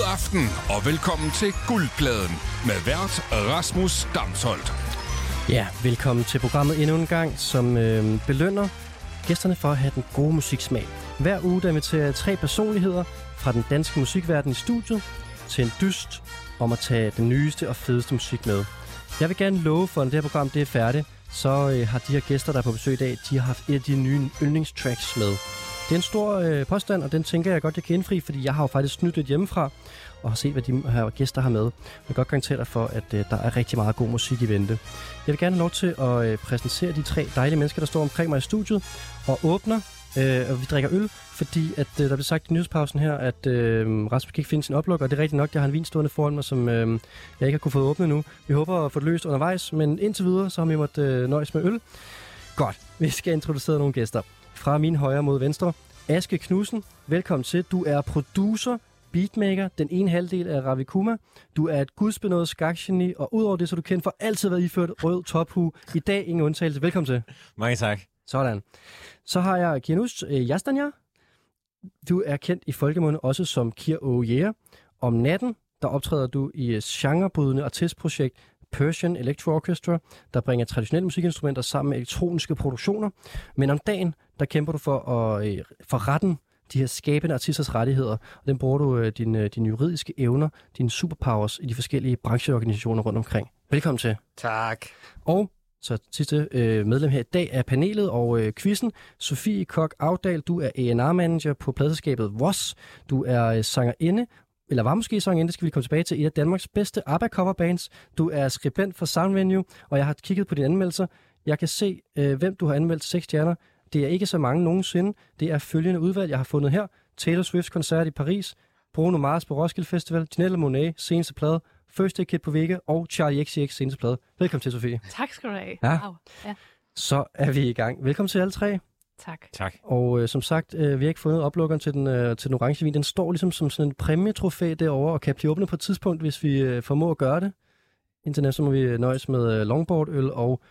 aften og velkommen til Guldpladen med vært Rasmus Damsholdt. Ja, velkommen til programmet endnu en gang, som belønner gæsterne for at have den gode musiksmag. Hver uge der inviterer 3 personligheder fra den danske musikverden i studiet til en dyst om at tage den nyeste og fedeste musik med. Jeg vil gerne love for, at når det her program det er færdigt, så har de her gæster, der er på besøg i dag, de har haft et af de nye yndlingstracks med. Det er en stor påstand, og den tænker jeg godt, jeg kan indfri, fordi jeg har jo faktisk snydt lidt hjemmefra og har set, hvad de her gæster har med. Jeg kan godt garantere dig for, at der er rigtig meget god musik i vente. Jeg vil gerne have lov til at præsentere de 3 dejlige mennesker, der står omkring mig i studiet og åbner, og vi drikker øl, fordi at der blev sagt i nyhedspausen her, at Rasmus kan ikke finde sin oplukker, og det er rigtigt nok, jeg har en vin stående foran mig, som jeg ikke har kunne få åbnet nu. Vi håber at få det løst undervejs, men indtil videre, så har vi måttet nøjes med øl. Godt, vi skal introducere nogle gæster. Fra min højre mod venstre, Aske Knudsen, velkommen til. Du er producer, beatmaker, den ene halvdel af Ravi Kuma. Du er et gudsbenået skakgeni, og udover det, så er du kendt for altid at være iført rød tophue. I dag ingen undtagelse. Velkommen til. Mange tak. Sådan. Så har jeg Kianus Yastanjar. Du er kendt i folkemunde også som Kir Oh Yeah. Om natten, der optræder du i genrebrydende artistprojekt Persian Electro Orchestra, der bringer traditionelle musikinstrumenter sammen med elektroniske produktioner. Men om dagen, der kæmper du for retten, de her skabende artisters rettigheder. Og den bruger du dine juridiske evner, dine superpowers i de forskellige brancheorganisationer rundt omkring. Velkommen til. Tak. Og så sidste medlem her i dag er panelet og quizzen. Sofie Kok Audal, du er A&R-manager på pladeselskabet Voss. Du er sangerinde, eller var måske sangerinde, det skal vi komme tilbage til, et af Danmarks bedste ABBA-coverbands. Du er skribent for Soundvenue, og jeg har kigget på dine anmeldelser. Jeg kan se, hvem du har anmeldt 6 stjerner. Det er ikke så mange nogensinde. Det er følgende udvalg, jeg har fundet her. Taylor Swifts koncert i Paris, Bruno Mars på Roskilde Festival, Janelle Monáe, seneste plade, First Aid Kit på Vega og Charlie XCX seneste plade. Velkommen til, Sofie. Tak skal du have. Ja. Wow. Ja. Så er vi i gang. Velkommen til alle 3. Tak. Og som sagt, vi har ikke fundet oplukkeren til den orange vin. Den står ligesom som sådan en præmietrofæ derovre, og kan blive åbnet på et tidspunkt, hvis vi formår at gøre det. Indtil næste må vi nøjes med longboard-øl, og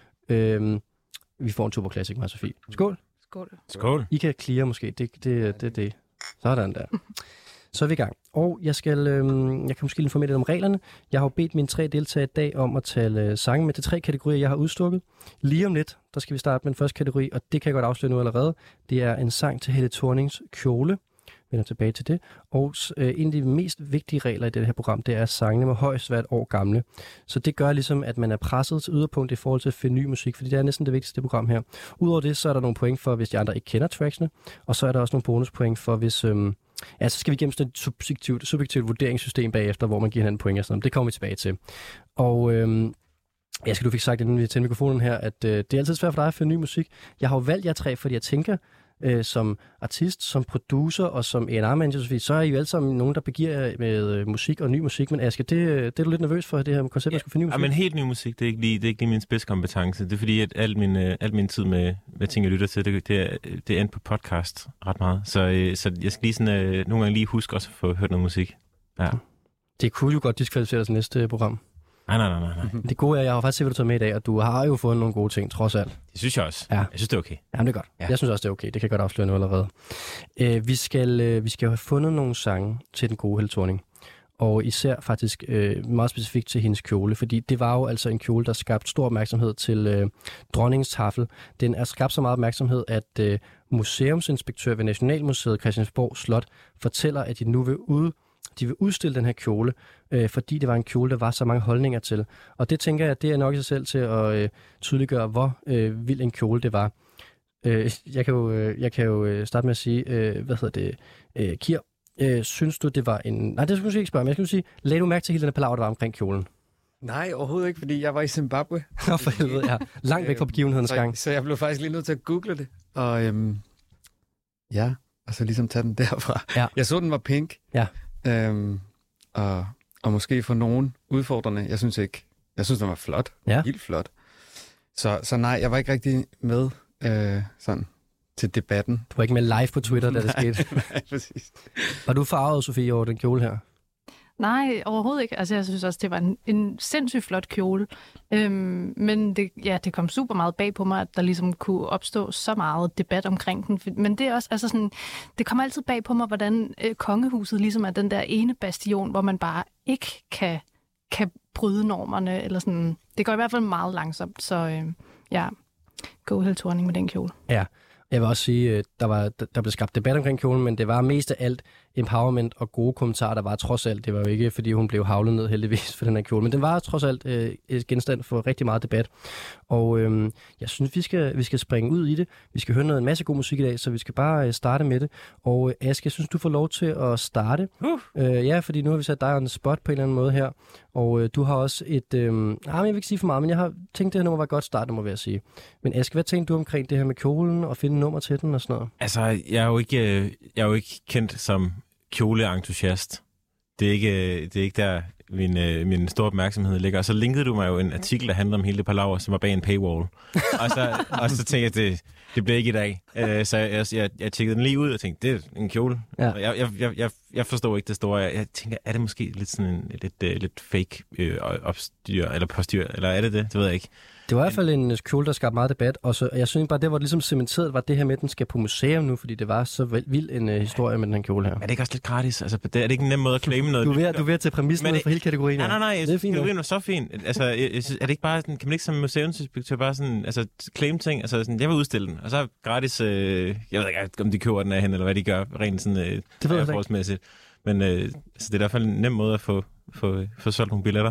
vi får en Tuborg Classic med Sofie. Skål. Skål. I kan clear måske. Det. Sådan der. Så er vi i gang. Og jeg kan måske informere lidt om reglerne. Jeg har jo bedt mine 3 deltagere i dag om at tale sange med de 3 kategorier, jeg har udstukket. Lige om lidt, der skal vi starte med den første kategori, og det kan jeg godt afsløre nu allerede. Det er en sang til Helle Thornings Kjole. Vi vender tilbage til det. Og en af de mest vigtige regler i det her program, det er, at sangene må højst være et år gamle. Så det gør ligesom, at man er presset til yderpunkt i forhold til at finde ny musik, fordi det er næsten det vigtigste program her. Udover det, så er der nogle point for, hvis de andre ikke kender tracksene, og så er der også nogle bonuspoint for, hvis så skal vi gennem sådan et subjektivt vurderingssystem bagefter, hvor man giver hinanden point og sådan noget. Det kommer vi tilbage til. Og du fik sagt, inden vi tændte mikrofonen her, at det er altid svært for dig at finde ny musik. Jeg har jo valgt jer 3, fordi jeg tænker, som artist, som producer og som A&R-manager, så er I jo alle sammen nogen, der begiver jer med musik og ny musik. Men Aske, det er du lidt nervøs for, det her koncept, at skulle finde ny musik? Ja, men helt ny musik, det er ikke lige min spidskompetence. Det er fordi, at al min tid med ting, jeg lytter til, det er endt på podcast ret meget. Så jeg skal lige sådan, nogle gange lige huske også at få hørt noget musik. Ja. Det kunne jo godt diskvalificere til næste program. Nej. Det gode er, jeg har faktisk set, hvad du tager med i dag, og du har jo fundet nogle gode ting, trods alt. Det synes jeg også. Ja. Jeg synes, det er okay. Jamen, det er godt. Ja. Jeg synes også, det er okay. Det kan jeg godt afsløre nu allerede. Vi skal jo have fundet nogle sange til den gode Helle Thorning. Og især faktisk meget specifikt til hendes kjole, fordi det var jo altså en kjole, der skabte stor opmærksomhed til dronningens tafel. Den er skabt så meget opmærksomhed, at museumsinspektør ved Nationalmuseet Christiansborg Slot fortæller, at de nu vil udstille den her kjole, fordi det var en kjole, der var så mange holdninger til. Og det tænker jeg, det er nok i sig selv til at tydeliggøre, hvor vild en kjole det var. Jeg kan jo starte med at sige, Kir, synes du, det var en... Nej, det skulle jeg ikke spørge, men jeg skulle sige, lagde du mærke til hele den palaver, der var omkring kjolen? Nej, overhovedet ikke, fordi jeg var i Zimbabwe. For helvede, ja. Langt væk fra begivenhedens gang. Så jeg blev faktisk lige nødt til at google det. Og og så ligesom tage den derfra. Ja. Jeg så, den var pink. Ja. Og måske for nogen udfordrende. Jeg synes, den var flot. Ja. Helt flot. Så nej, jeg var ikke rigtig med sådan til debatten. Du var ikke med live på Twitter, da det skete? Nej, præcis. Var du farvet, Sofie, over den kjole her? Nej, overhovedet ikke. Altså, jeg synes også, det var en sindssygt flot kjole. Men det kom super meget bag på mig, at der ligesom kunne opstå så meget debat omkring den. Men det er også, altså sådan, det kommer altid bag på mig, hvordan kongehuset ligesom er den der ene bastion, hvor man bare ikke kan bryde normerne. Eller sådan. Det går i hvert fald meget langsomt, så go Helle Thorning med den kjole. Ja. Jeg vil også sige, der blev skabt debat omkring kjolen, men det var mest af alt empowerment og gode kommentarer, der var trods alt. Det var jo ikke, fordi hun blev havlet ned heldigvis for den her kjole, men den var trods alt et genstand for rigtig meget debat. Og jeg synes, vi skal springe ud i det. Vi skal høre en masse god musik i dag, så vi skal bare starte med det. Og Aske, jeg synes, du får lov til at starte. Ja, fordi nu har vi sat dig on the spot på en eller anden måde her. Og du har også et... jeg vil ikke sige for meget, men jeg har tænkt, det her nummer var et godt startnummer, vil jeg sige. Men Aske, hvad tænkte du omkring det her med kjolen og finde nummer til den og sådan noget? Altså, jeg er jo ikke kendt som kjoleentusiast. Det er ikke der, min store opmærksomhed ligger. Og så linkede du mig jo en artikel, der handler om hele det palaver, som var bag en paywall. og så tænkte jeg, det blev ikke i dag. Så jeg tjekkede den lige ud og tænkte, det er en kjole. Ja. Jeg forstår ikke det store. Jeg tænker, er det måske lidt sådan en lidt fake opstyr eller postyr, eller er det? Det ved jeg ikke. Det var i hvert fald en kjole, der skabte meget debat, og jeg synes bare, det var ligesom cementeret, var det her med, at den skal på museum nu, fordi det var så vild en historie med den her kjole her. Er det ikke også lidt gratis? Altså, er det ikke en nem måde at claime noget? Du er ved at tage præmissen for hele kategorien. Nej, det er fint. Kategorien var så fint. Altså, er det ikke bare sådan, kan man ikke som museumsinspektør bare sådan, altså, claim ting? Altså, sådan, jeg vil udstille den, og så gratis, jeg ved ikke, om de køber den af hende, eller hvad de gør, rent sådan forholdsmæssigt. Men så det er i hvert fald en nem måde at få solgt nogle billetter.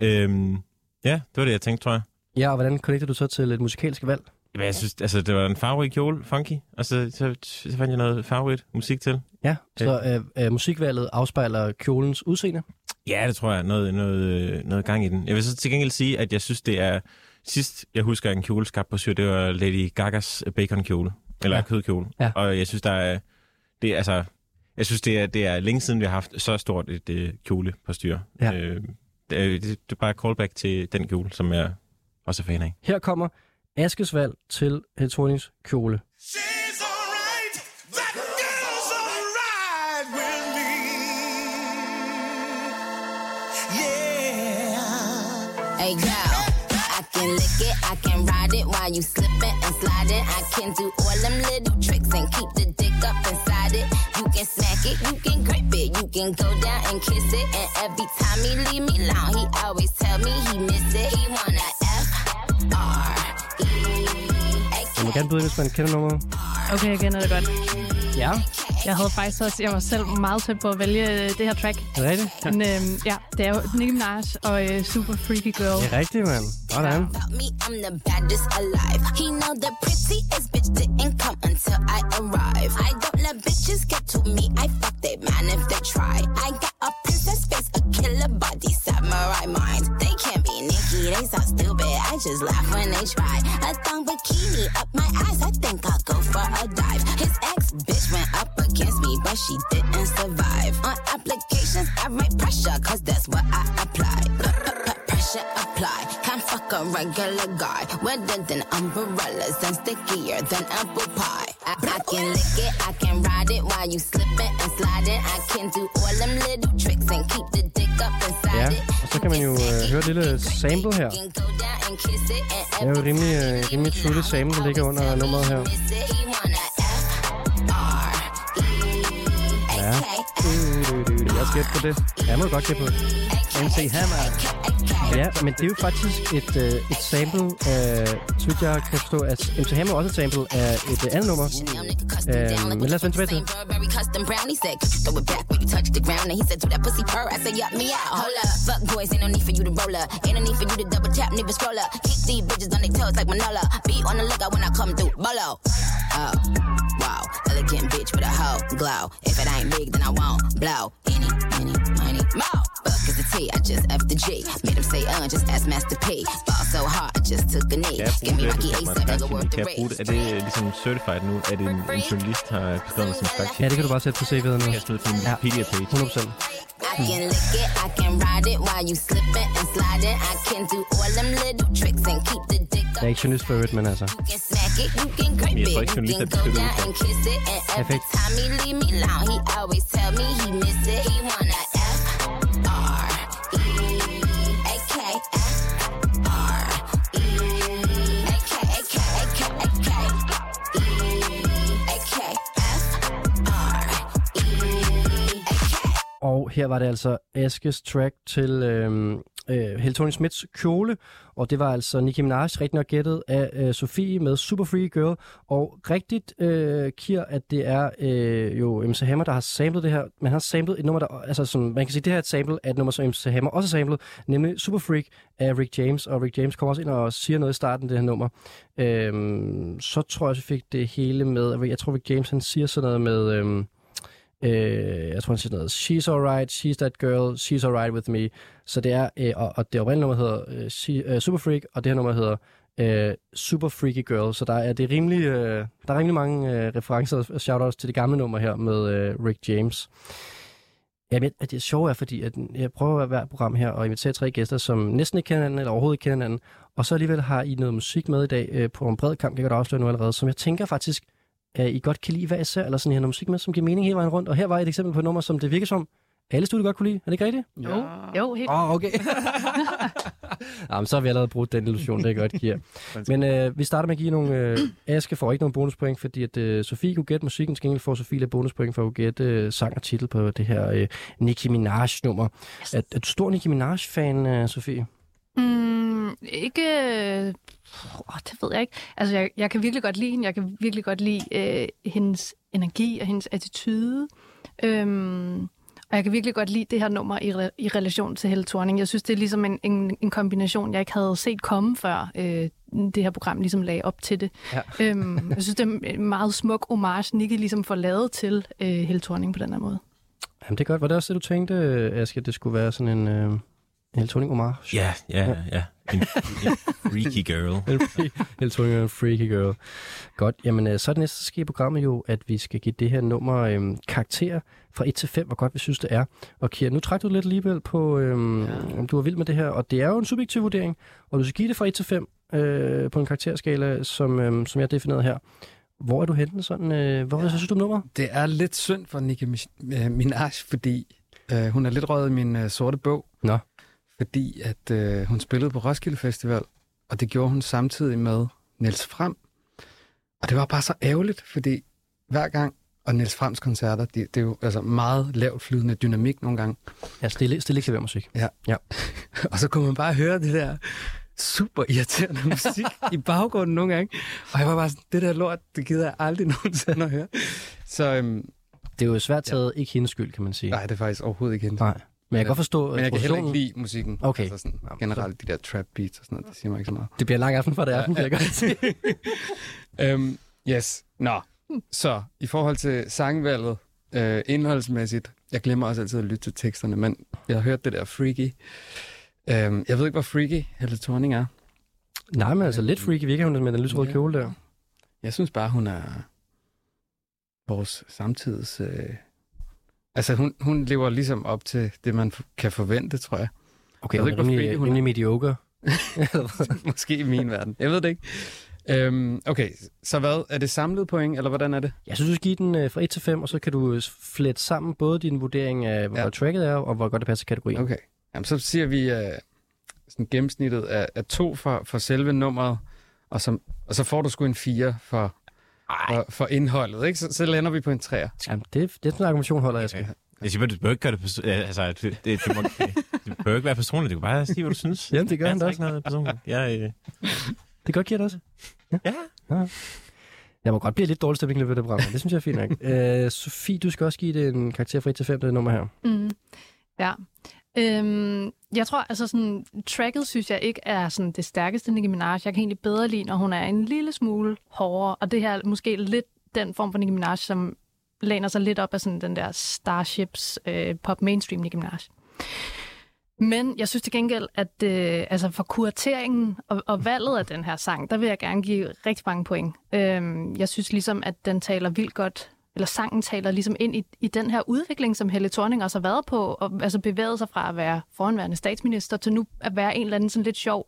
Ja, det var det, jeg tænkte, tror jeg. Ja, og hvordan connecter du så til et musikalsk valg? Jamen, jeg synes, altså, det var en farverig kjole, funky, og så fandt jeg noget farverigt musik til. Ja, så musikvalget afspejler kjolens udseende? Ja, det tror jeg. Noget gang i den. Jeg vil så til gengæld sige, at jeg synes, det er... Sidst, jeg husker en kjole skabt på syr, det var Lady Gagas baconkjole, eller kødkjole. Ja. Og jeg synes, det er længe siden, vi har haft så stort et kjole på styr. Ja. Det er bare et callback til den kjole, som jeg også er fan af. Her kommer Askes valg til Helle Thornings kjole. Hey girl, I can lick it, I can ride it while you slipping and sliding. I can do all them little tricks and keep the dick up inside it. You can smack it, you can grip it, you can go down and kiss it. And every time he leave me alone, he always tell me he miss it. He wanna F-R-E. Jeg må gerne byde, hvis man kender nummeret. Okay, jeg kender det godt. Ja. Jeg var selv meget tæt på at vælge det her track. Er det rigtigt? Men ja, det er jo Nicki Minaj og Super Freaky Girl. Det er rigtigt, mand. Hvordan? I'm the baddest alive. He know the prettiest bitch didn't come until I arrive. I don't let bitches get to me. I fuck they man if they try. I got a princess face, a killer body, samurai mind. They can't be Nicki, they so stupid. I just laugh when they try. A thong bikini up my eyes. I think I'll go for a dive. His ex bitch went up against me, but she didn't survive. On applications, I write pressure, cause that's what I apply. Pressure apply. Can't fuck a regular guy. Wetter than umbrellas and stickier than apple pie. I can lick it, I can ride it while you slipping and sliding. I can do all them little tricks and keep the dick up inside it. Og så kan man jo høre et lille sample her. Det er jo rimelig tydeligt sample, der ligger under nummeret her. Ja. Jeg skal gætte på det. Jeg må godt gætte på det. MC Hammer. Ja, men det er jo faktisk et sample af, så vidt jeg kan forstå, at MC Hammer også et sample af et andet nummer. Men lad os vende tilbage til det. Wow, elegant bitch with a hoe glow. If it ain't big, then I won't blow. Any, money, more. Fuck is the T, I just F the G. Made him say, just ask Master P. Ball so hard, I just took a knee. Give me Rocky A7, nigga worth the race. Er det ligesom certified nu? Er det en journalist, har beskrevet som fact? Ja, det kan du bare sætte på CV'et nu. Jeg på en Wikipedia-page. 100%. I can lick it, I can ride it while you slipping and sliding. I can do all them little tricks and keep the dick up. Jeg er ikke journalist for øvrigt, men altså. You can smack it, you can grip it, you can go down and kiss it. And every time he leave me alone, he always tell me he miss it. He wanna F-R her var det altså Askes track til Helle Thorning-Schmidts kjole, og det var altså Nicki Minaj, rigtig nok gættet af Sofie med Super Freaky Girl, og rigtigt, Kier, at det er jo MC Hammer, der har samlet det her. Man har samlet et nummer, der, altså som, man kan sige, det her er et sample af et nummer, som MC Hammer også har samlet, nemlig Super Freak af Rick James, og Rick James kommer også ind og siger noget i starten af det her nummer. Så tror jeg, vi fik det hele med, jeg tror Rick James, han siger sådan noget med... jeg tror, han siger noget, she's alright, she's that girl, she's alright with me. Så det er, og det oprindelige nummer hedder Super Freak, og det her nummer hedder Super Freaky Girl. Så der er rimelig mange referencer og shoutouts til det gamle nummer her med Rick James. Jamen, det sjove er, fordi at jeg prøver hver program her og invitere 3 gæster, som næsten ikke kender hinanden, eller overhovedet ikke kender hinanden, og så alligevel har I noget musik med i dag på en bred kamp, kan jeg godt afsløre nu allerede, som jeg tænker faktisk, I godt kan lide hver især, eller sådan, I har noget musik med, som giver mening hele vejen rundt. Og her var et eksempel på et nummer, som det virker som, alle studier godt kunne lide. Er det ikke rigtigt? Jo, helt. Okay. Jamen, så har vi allerede brugt den illusion, det er godt, Kier. Men vi starter med at give nogle... Aske får ikke nogen bonuspoint, fordi at Sofie kunne gætte musikken. Til gengæld får Sofie lidt bonuspoint for at gætte sang og titel på det her Nicki Minaj-nummer. Yes. Er du stor Nicki Minaj-fan, Sofie? Ikke... det ved jeg ikke. Altså, jeg kan virkelig godt lide hende. Jeg kan virkelig godt lide hendes energi og hendes attitude. Og jeg kan virkelig godt lide det her nummer i relation til Helle Thorning. Jeg synes, det er ligesom en kombination, jeg ikke havde set komme før det her program ligesom lagde op til det. Ja. Jeg synes, det er en meget smuk homage, Nicki ligesom får lavet til Helle Thorning på den her måde. Jamen, det er godt. Var det også det, du tænkte, Aske, at det skulle være sådan en Helle Thorning homage? Ja. En freaky girl. Helle Thorning er en freaky girl. Godt. Jamen, så er det næste, der sker i programmet jo, at vi skal give det her nummer karakter fra 1 til 5, hvor godt vi synes, det er. Og Kier, nu trækker du lidt alligevel på, om du er vild med det her. Og det er jo en subjektiv vurdering, og du skal give det fra 1 til 5 på en karakterskala, som jeg definerede her. Hvor er du henne sådan? Hvor synes du om nummer? Det er lidt synd for Nicki Minaj, fordi hun er lidt røget i min sorte bog. Nå. Fordi at hun spillede på Roskilde Festival, og det gjorde hun samtidig med Niels Frem. Og det var bare så ærgerligt, fordi hver gang, og Niels Frems koncerter, det er jo altså meget lavt flydende dynamik nogle gange. Ja, stille klavermusik. Ja. Og så kunne man bare høre det der super irriterende musik i baggrunden nogle gange. Og jeg var bare sådan, det der lort, det gider jeg aldrig nogensinde at høre. Så det er jo svært taget ikke hendes skyld, kan man sige. Nej, det er faktisk overhovedet ikke hendes. Nej. Men jeg kan godt forstå... Men jeg kan heller ikke lide musikken. Okay. Altså sådan, generelt de der trap beats og sådan noget, det siger mig ikke så meget. Det bliver en lang aften for det aften, kan jeg godt sige. Yes. Nå. Så, i forhold til sangvalget, indholdsmæssigt, jeg glemmer også altid at lytte til teksterne, men jeg har hørt det der freaky. Jeg ved ikke, hvor freaky Helle Thorning er. Nej, men altså lidt freaky virker hun med den lysrøde kjole der. Jeg synes bare, hun er vores samtids... Altså, hun lever ligesom op til det, man kan forvente, tror jeg. Okay, jeg ved ikke, hvor freaky hun er. Rimelig mediocre. Måske i min verden. Jeg ved det ikke. Okay, så hvad? Er det samlet point, eller hvordan er det? Jeg synes, du skal give den fra 1 til 5, og så kan du flette sammen både din vurdering af, hvor tracket er, og hvor godt det passer kategorien. Okay. Jamen, så siger vi sådan gennemsnittet af 2 for selve nummeret, og så får du sgu en 4 for indholdet, ikke? Så lander vi på en 3'er. Jamen, det er sådan en argumentation, holder jeg skal. Jeg siger, du bør ikke gøre det det bør ikke være personligt. Det kan bare sige, hvad du synes. Jamen, det gør han da også. Ikke noget personligt. Det gør Kier også. Ja. Jeg må godt blive lidt dårlig stemning i løbet af det program. Det synes jeg er fint nok. Sofie, du skal også give det en karakter fra 1 til 5, det nummer her. Ja. Jeg tror, altså sådan, tracket synes jeg ikke er sådan det stærkeste Nicki Minaj. Jeg kan egentlig bedre lide, når hun er en lille smule hårdere. Og det her er måske lidt den form for Nicki Minaj, som læner sig lidt op af sådan den der Starships pop mainstream Nicki Minaj. Men jeg synes til gengæld, at altså for kurateringen og valget af den her sang, der vil jeg gerne give rigtig mange point. Jeg synes ligesom, at den taler vildt godt, eller sangen taler ligesom ind i den her udvikling, som Helle Thorning også har været på, og altså bevæget sig fra at være foranværende statsminister til nu at være en eller anden sådan lidt sjov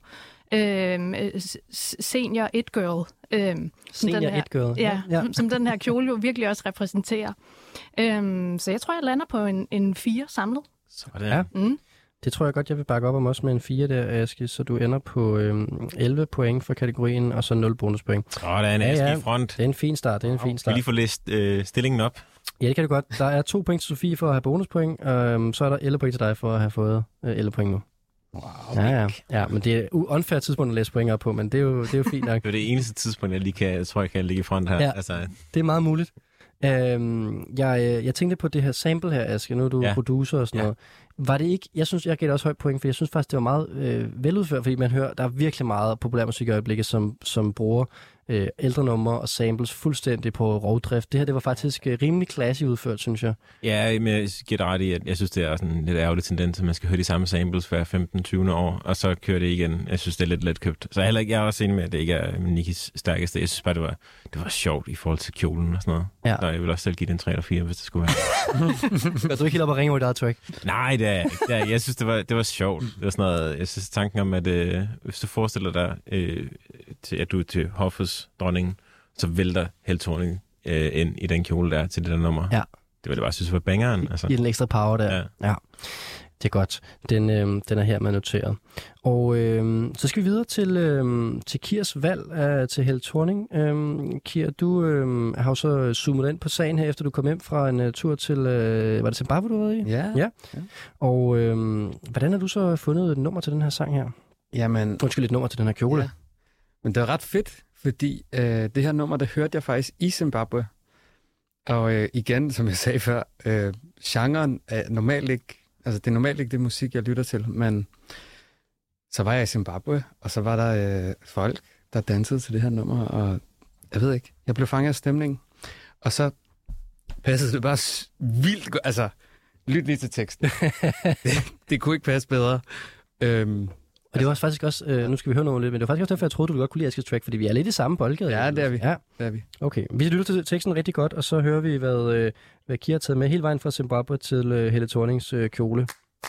senior it-girl. Senior it-girl. Ja, som den her kjole jo virkelig også repræsenterer. Så jeg tror, jeg lander på en 4 samlet. Sådan. Ja. Det tror jeg godt, jeg vil bakke op om også med en 4 der, Aske, så du ender på 11 point for kategorien, og så 0 bonuspoint. Der er en Aske i front. Det er en fin start, Vi lige får læst stillingen op. Ja, det kan du godt. Der er 2 point til Sofie for at have bonuspoint, så er der 11 point til dig for at have fået 11 point nu. Wow. Ja, men det er unfair tidspunkt at læse point op på, men det er jo fint nok. Det er det eneste tidspunkt, jeg tror, jeg kan ligge i front her. Ja, altså. det er meget muligt. Jeg tænkte på det her sample her, Aske, nu er du producer og sådan noget. Var det ikke, jeg synes, jeg gav det også højt point, for jeg synes faktisk, det var meget veludført, fordi man hører, der er virkelig meget populærmusik i øjeblikket, som bruger ældre numre og samples fuldstændig på rovdrift. Det her, det var faktisk rimelig klassisk udført, synes jeg. Ja, men jeg giver dig ret i, at jeg synes, det er sådan en lidt ærgerlig tendens, at man skal høre de samme samples hver 15-20 år, og så kører det igen. Jeg synes, det er lidt letkøbt. Så jeg er også enig med, at det ikke er Nikkis stærkeste. Jeg synes bare, det var sjovt i forhold til kjolen og sådan noget. Ja. Så jeg vil også selv give den 3 eller 4, hvis det skulle være. Er du ikke helt op og ringe over i dit track? Nej, det er jeg ikke. Jeg synes, det var sjovt. Det var sådan noget, jeg synes tanken om, at hvis du forestiller dig, at du er til hoffets dronning, så vælter Helle Thorning ind i den kjole der til det der nummer. Ja. Det var det bare, synes var bangeren. Altså. I den ekstra power der. Ja. Det er godt. Den er her med noteret. Og så skal vi videre til Kiers valg til Helle Thorning. Kier, du har jo så zoomet ind på sagen her, efter du kom hjem fra en tur til, var det Zimbabwe, du var i? Ja. Og hvordan har du så fundet et nummer til den her sang her? Jamen... Undskyld, et nummer til den her kjole. Ja. Men det er ret fedt, fordi det her nummer, det hørte jeg faktisk i Zimbabwe. Og igen, som jeg sagde før, genren er normalt ikke, altså det er normalt ikke det musik, jeg lytter til, men så var jeg i Zimbabwe, og så var der folk, der dansede til det her nummer, og jeg ved ikke, jeg blev fanget af stemningen. Og så passede det bare vildt godt, altså lyt lige til teksten. det kunne ikke passe bedre. Og det var faktisk også, nu skal vi høre noget lidt, men det var faktisk også derfor, jeg troede, du ville godt kunne lide Askes track, fordi vi er lidt i samme boldgade. Ja, det er vi. Ja. Det er vi. Okay, vi lytter til teksten rigtig godt, og så hører vi, hvad Kier har taget med hele vejen fra Zimbabwe til Helle Thornings kjole.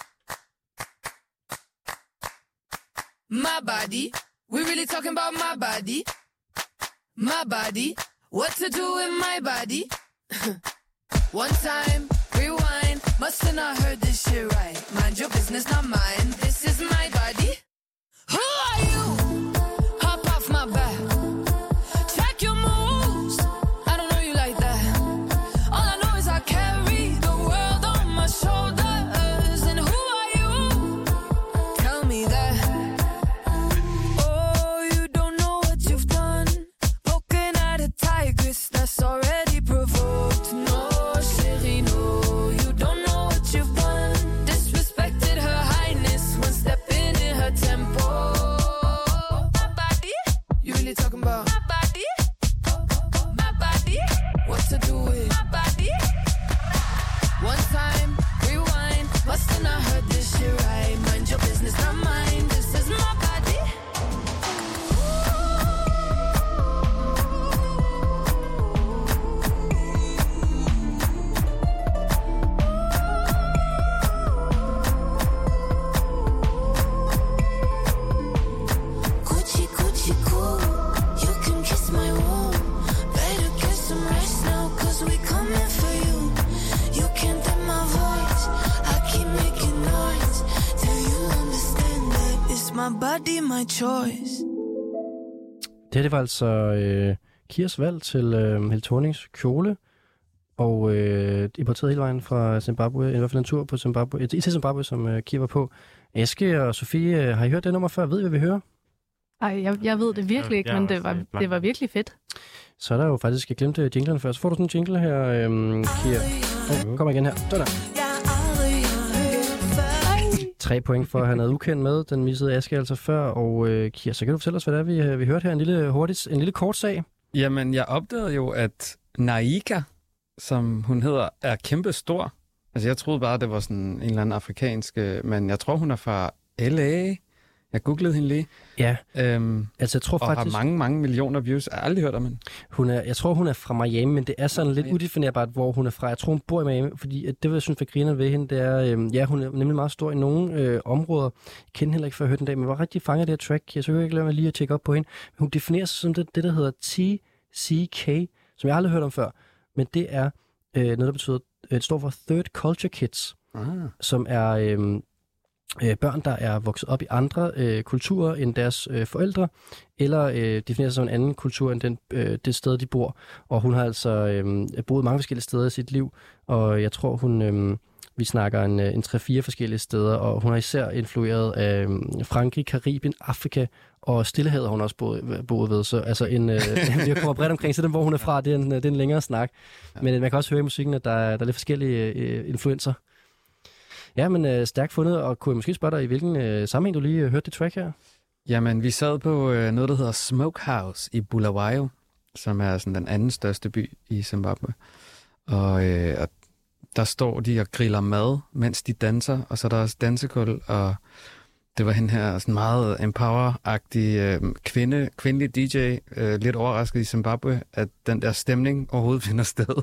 My body, we really talking about my body. My body, what to do with my body? One time, rewind, must have not heard this shit right. Mind your business, not mine. This is my body. Who are you? Hop off my back. Check your moves. I don't know you like that. All I know is I carry the world on my shoulders. And who are you? Tell me that. Oh, you don't know what you've done. Poking at a tigress that's already provoked. No, chérie, no. You don't know what you've done. Disrespected her highness when stepping in her tempo. My body, you really talking about my body? My body, what to do with my body? One time, rewind, must have not heard this shit right. Mind your business, not mine. This is my body. Gucci, Gucci, cool. You can kiss my womb. Better get some rest now, cause we coming for you. You can't dim my voice. I keep making noise. Till you understand that it's my body, my choice. Det var altså Kiers valg til Helle Thornings kjole, og importeret hele vejen fra Zimbabwe, i hvert fald en tur på Zimbabwe, til Zimbabwe, som Kier var på. Aske og Sofie, har I hørt det nummer før? Ved I, hvad vi hører? Ej, jeg ved det virkelig ikke, men det var virkelig fedt. Så er der jo faktisk, jeg glemte jinglerne før. Så får du sådan en jingle her, Kier. Kom igen her. Sådan der. 3 point for at have noget ukendt med. Den missede Aske altså før. Og Kier, så kan du fortælle os, hvad det er, vi hørte her. En lille kort sag. Jamen, jeg opdagede jo, at Naika, som hun hedder, er kæmpe stor. Altså, jeg troede bare, det var sådan en eller anden afrikansk, men jeg tror, hun er fra LA. Jeg googlede hende lige. Ja, altså jeg tror og faktisk... har mange millioner views. Jeg har aldrig hørt om hende. Jeg tror, hun er fra Miami, men det er sådan lidt udefinerbart, hvor hun er fra. Jeg tror, hun bor i Miami, fordi det, jeg synes, der griner ved hende, det er, hun er nemlig meget stor i nogle områder. Jeg kendte heller ikke før, jeg hørte den dag, men var rigtig fanget af det her track. Jeg så ikke lade mig lige at tjekke op på hende. Men hun definerer sig som det, der hedder TCK, som jeg aldrig har hørt om før. Men det er noget, der betyder, det står for Third Culture Kids, som er... børn, der er vokset op i andre kulturer end deres forældre, eller definerer sig som en anden kultur end det sted, de bor. Og hun har altså boet mange forskellige steder i sit liv, og jeg tror, vi snakker en 3-4 forskellige steder, og hun har især influeret af Frankrig, Karibien, Afrika og Stillehavet har hun også boet ved. Så altså vi kommer bredt omkring, så den, hvor hun er fra, det er en længere snak. Ja. Men man kan også høre i musikken, at der er lidt forskellige influencer. Ja, men stærkt fundet, og kunne jeg måske spørge dig, i hvilken sammenhæng du lige hørte det track her? Jamen, vi sad på noget, der hedder Smokehouse i Bulawayo, som er sådan den anden største by i Zimbabwe. Og der står de og griller mad, mens de danser, og så er der også dansekul, og det var hende her sådan meget empower-agtig kvindelig DJ, lidt overrasket i Zimbabwe, at den der stemning overhovedet finder sted.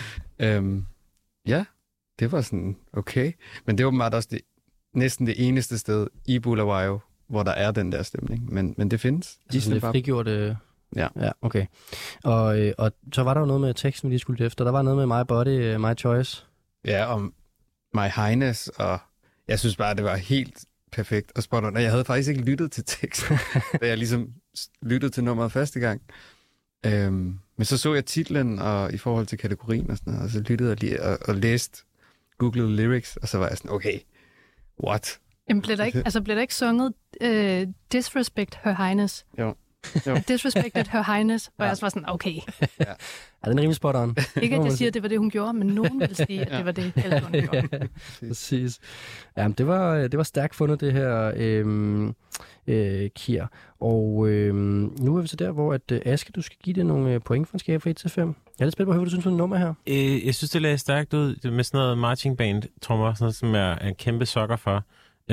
Ja, det var sådan okay, men det var meget også næsten det eneste sted i Bulawayo, hvor der er den der stemning, men det findes. Altså det frigjorte... Ja, okay. Og så var der jo noget med teksten, vi lige skulle efter. Der var noget med My Body, My Choice. Ja, om My Highness, og jeg synes bare, det var helt perfekt og spot on. Og jeg havde faktisk ikke lyttet til teksten, da jeg ligesom lyttede til nummeret første gang. Men så jeg titlen og i forhold til kategorien og sådan noget, og så lyttede jeg lige og læste, googlede lyrics, og så var jeg sådan, okay, what? Jamen, blev der ikke sunget Disrespect Her Highness? Jo. Disrespected Her Highness, og jeg var sådan, okay. Ja, den er rimelig spot on. Ikke at jeg siger, at det var det, hun gjorde, men nogen vil sige, at det var det, hun gjorde. Ja, præcis. Jamen, det var stærkt fundet, det her, Kier. Og nu er vi så der, hvor Aske, du skal give det nogle point fra en skala fra 1 til 5. Jeg er lidt spændt på, hvad du synes om det nummer her. Jeg synes, det lagde stærkt ud med sådan noget marching band, trommer, sådan noget, som jeg er en kæmpe sokker for.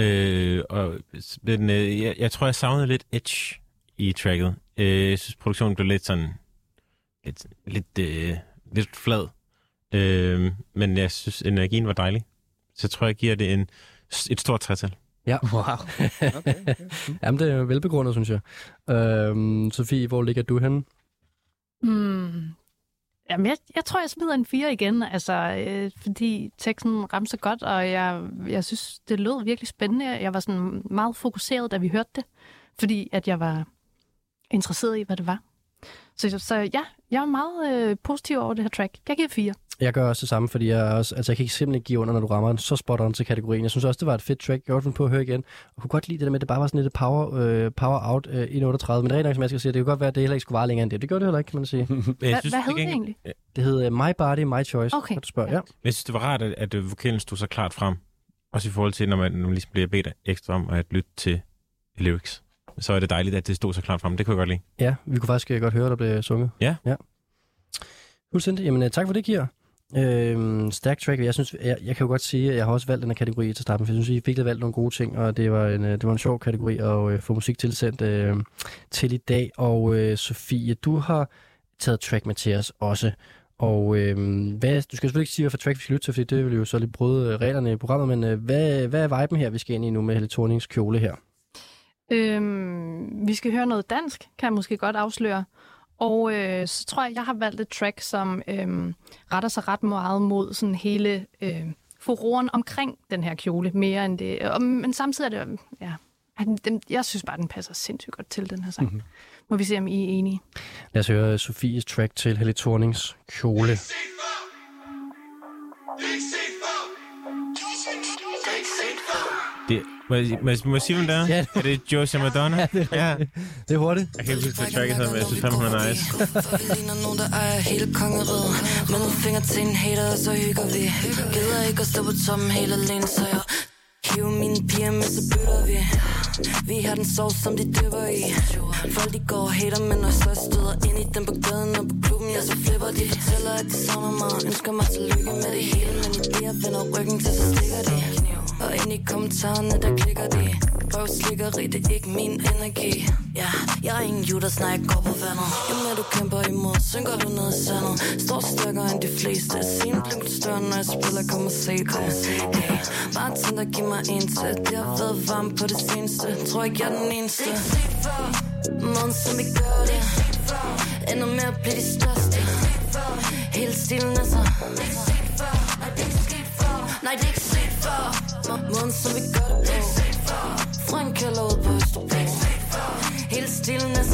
Men jeg tror, jeg savnede lidt edge i tracket. Jeg synes, produktionen blev lidt sådan lidt flad. Men jeg synes, energien var dejlig. Så jeg tror, jeg giver det et stort 3-tal. Ja. Wow. Okay. Jamen, det er velbegrundet, synes jeg. Sofie, hvor ligger du henne? Jamen, jeg tror, jeg smider en 4 igen, fordi teksten ramte så godt, og jeg synes, det lød virkelig spændende. Jeg var sådan meget fokuseret, da vi hørte det, fordi at jeg var interesseret i, hvad det var. Så ja, jeg er meget positiv over det her track. Jeg giver 4. Jeg gør også det samme, fordi jeg kan ikke simpelthen give under, når du rammer så spot on til kategorien. Jeg synes også, det var et fedt track. Jeg har godt på at høre igen. Og kunne godt lide det der med, at det bare var sådan lidt power out i 38. Men det er rigtig nok, som jeg skal sige, det kan godt være, at det heller ikke skulle vare længere end det. Det gjorde det heller ikke, kan man sige. Hvad hed det egentlig? Det hed My Body, My Choice. Okay. Kan du spørge? Ja. Jeg synes, det var rart, at vokalen stod så klart frem. Også i forhold til, når man ligesom bliver bedt ekstra om at lytte til lyrics. Så er det dejligt, at det stod så klart frem. Det kunne jeg godt lide. Ja, vi kunne faktisk godt høre, der blev sunget. Ja. Fuldstændig. Jamen, tak for det, Kier. Stærk track. Jeg synes, jeg kan jo godt sige, at jeg har også valgt den her kategori til starten, for jeg synes, I fik da valgt nogle gode ting, og det var en sjov kategori at få musik tilsendt til i dag. Og Sofie, du har taget track med til os også. Og du skal selvfølgelig ikke sige, hvad for track vi skal lytte til, fordi det vil jo så lidt bryde reglerne i programmet, men hvad er viben her, vi skal ind i nu med Helle Thornings kjole her? Vi skal høre noget dansk, kan jeg måske godt afsløre. Og så tror jeg har valgt et track, som retter sig ret meget mod sådan hele furoren omkring den her kjole, mere end det. Men samtidig er det, jeg synes bare, den passer sindssygt godt til den her sang. Mm-hmm. Må vi se, om I er enige. Lad os høre Sofies track til Helle Thornings kjole. Må jeg sige, hvem det er? Ja. Er det Josie Madonna? Ja, det er, det er hurtigt. Jeg kan ikke huske, hvad tracket hedder, men jeg synes fandme, hun er nice. Ligner nogen, der ejer hele kongeriget. Med nogle fingre til en hater, og så hygger vi. Gider ikke at stå på toppen helt alene, så jeg hiver mine piger med, så bytter vi. Vi har den sovs, som de dypper i. Folk de går og hater, men når jeg støder ind i dem på gaden og på klubben, ja, så flipper de. Fortæller, at de savner mig, ønsker mig til lykke med det hele. Men i det, jeg vender ryggen til, så stikker de. Og ind i kommentarerne, der klikker de. Røvslikkeri, det er ikke min energi. Ja, jeg er ingen Judas, når jeg går på vandet. Jo mere du kæmper imod, synker du ned i sandet. Står stærkere end de fleste. Sin blink større, når jeg spiller, kom og se det. Bare tænd der giv mig en til. Det har været varmt på det seneste. Tror ikke, jeg er den eneste. Måden som vi gør det. Ender med at blive de største. Hele stilen er så. Nej, det er ikke set for. Måden som vi gør det på. Fra en kælder ud på Østerbro. Hele stilen er så.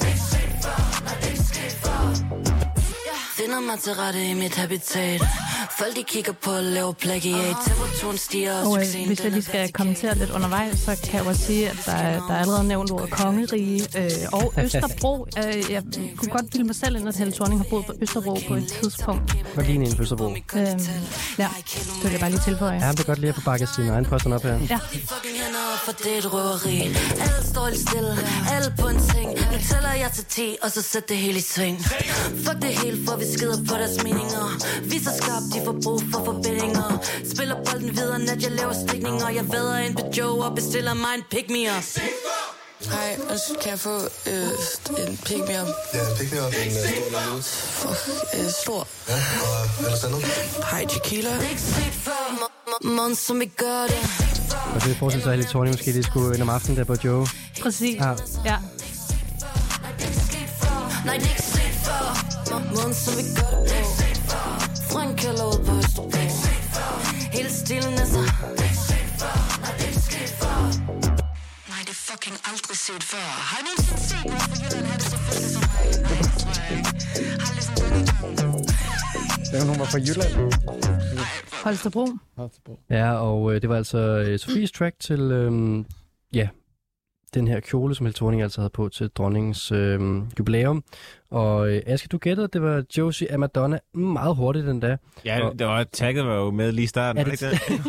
Finder mig til rette i mit habitat. Folk de kigger på og laver plagiat. Temperaturen stiger og succesen. Hvis jeg lige skal kommentere lidt undervejs, så kan jeg også sige, at der er allerede nævnt ordet kongerige og Østerbro. Jeg kunne godt bilde mig selv ind, at Helle Thorning har boet på Østerbro på et tidspunkt. Hvad lige en Østerbro? Ja, det vil jeg bare lige tilføje. Ja, det er godt lige at få bakket sin egen posten op her. Ja. For det er et røveri. Alle står lidt stille, alle på en ting. Nu tæller jeg til 10, og så sæt det hele i sving. Fuck det hele, for vi skider på deres meninger. Vi så skarpt, de får brug for forbindinger. Spiller bolden videre, nat jeg laver stikninger. Jeg vader ind på Joe og bestiller mig en pick-me-up. Hej, kan jeg få en pick-me-up? Ja, en pick-me-up. En stor eller lille? Stor. Ja, og ellers andet? Hej, tequila. Måden som vi gør det. Og det forestiller sig, at Helle Thorning måske lige skulle ind om aftenen der på Joe. Præcis, ja. Nej, det er ikke set før. Måden som vi gør det på. Fra en kælder ud på Østerbro. Hele stilen er så. Nej, det er fucking aldrig set før. Har I nogensinde set noget fra Jylland? Har det selvfølgelig som mig. Har ligesom Hun var fra Jylland. Holstebro. Ja, og det var altså Sofies track til, den her kjole, som Helle Thorning altså havde på til dronningens jubilæum. Og Aske, du gættede, det var Josie af Madonna meget hurtigt den dag. Ja, det var, tagget var jo med lige i starten. Ja,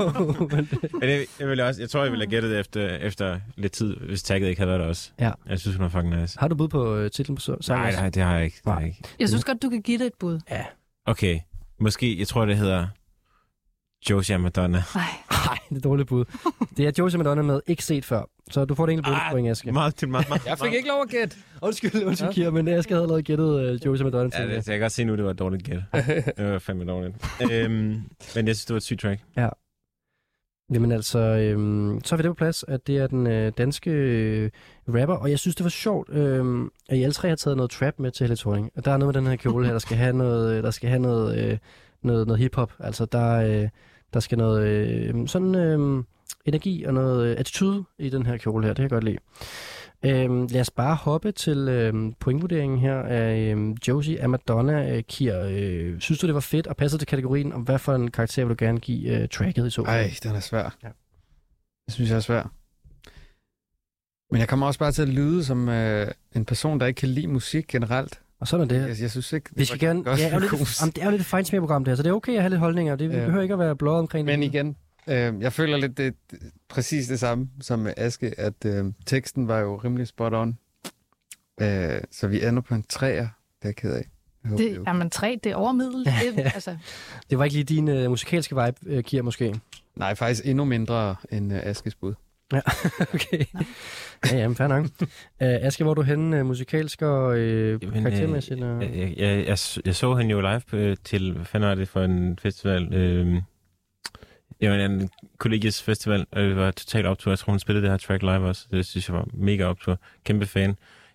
Jeg tror, jeg ville have gættet det efter lidt tid, hvis tagget ikke havde været der også. Ja. Jeg synes, hun var fucking nice. Har du bud på titlen på sangen? Nej, det har jeg ikke. Jeg synes godt, du kan give det et bud. Ja. Okay, måske, jeg tror, det hedder Josie af Madonna. Nej, det er dårligt bud. Det er Josie af Madonna med ikke set før. Så du får det egentlig bonuspoint, Aske. Meget. Jeg fik ikke lov at gætte. Undskyld, Kira, men Aske havde lavet gættet Josie af Madonna til. Ja, det kan jeg godt se nu, det var et dårligt gæt. Det var fandme dårligt. Men jeg synes, det var et sygt track. Ja. Jamen altså, så er vi det på plads, at det er den danske rapper, og jeg synes, det var sjovt, at I alle tre har taget noget trap med til Helle Thorning. Og der er noget med den her kjole her, der skal have noget hiphop. Altså, der skal noget energi og noget attitude i den her kjole her. Det kan jeg godt lide. Lad os bare hoppe til pointvurderingen her af Josie af Madonna. Kier, synes du, det var fedt og passede til kategorien, og hvad for en karakter vil du gerne give tracket i så? Ej, den er svær. Ja. Det synes jeg er svær. Men jeg kommer også bare til at lyde som en person, der ikke kan lide musik generelt. Og sådan er det. Jeg synes ikke, vi skal gerne. Ja, det er jo lidt et fejnsmærprogram det her, så det er okay at have lidt holdninger. Det behøver ikke at være blået omkring det. Men igen, jeg føler lidt det præcis det samme som med Aske, at teksten var jo rimelig spot on. Så vi ender på en 3'er. Det er jeg ked af. Jamen 3, det er overmiddel. Altså. Det var ikke lige din musikalske vibe, Kier, måske? Nej, faktisk endnu mindre end Askes bud. Ja, okay. Ja, fair nok. Aske, hvor er du henne musikalsk og karaktermæssigt? Jeg så hende jo live til, hvad fanden var det for en festival? Det var en kollegies festival, og det var totalt optur. Jeg tror, hun spillede det her track live også. Det synes jeg var mega optur. Kæmpe fan.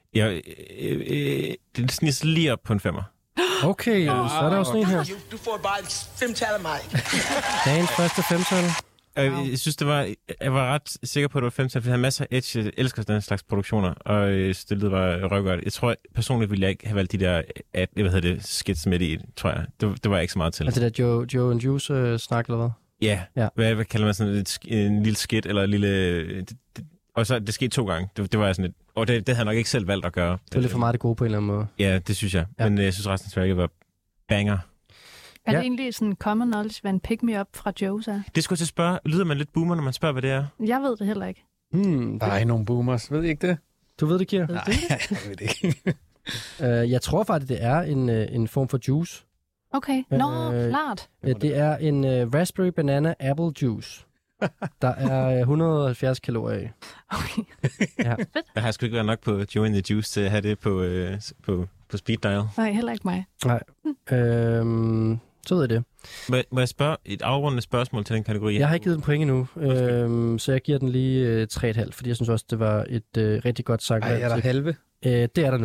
Det sniger lige op på en 5'er. Okay, så er der også en her. Du får bare 5-tal af mig. Dagens første 5-tal. Jeg synes, jeg var ret sikker på, at det var 5-tal, for jeg har masser af edge. Jeg elsker den slags produktioner, og stillet var røvgodt. Jeg tror, personligt ville jeg ikke have valgt de der, skits midt i, tror jeg. Det var jeg ikke så meget til. Altså det der Joe and Juice snak, eller hvad? Ja. Hvad kalder man sådan en lille skit, eller en lille... Og så det skete 2 gange. Det var sådan et... Og det havde jeg nok ikke selv valgt at gøre. Det var lidt for meget det gode på en eller anden måde. Ja, det synes jeg. Ja. Men jeg synes resten af tracket var banger. Er det egentlig sådan common knowledge, hvad en pick-me-up fra Joe så? Det skulle jeg til at spørge. Lyder man lidt boomer, når man spørger, hvad det er? Jeg ved det heller ikke. Der er nogen boomers. Ved I ikke det? Du ved det, Kier? Nej, jeg ved det ikke. Jeg tror faktisk, det er en form for juice. Okay. Klart. Det er en raspberry banana apple juice. Der er 170 kalorier i. Okay. Ja. Jeg har sgu ikke været nok på Joe and the Juice til at have det på speed dial. Nej, heller ikke mig. Nej. Så ved jeg det. Må jeg spørge et afrundende spørgsmål til den kategori? Jeg har ikke givet den point endnu, så jeg giver den lige 3,5, fordi jeg synes også, det var et rigtig godt sang. Ej, er der halve? Det er der nu.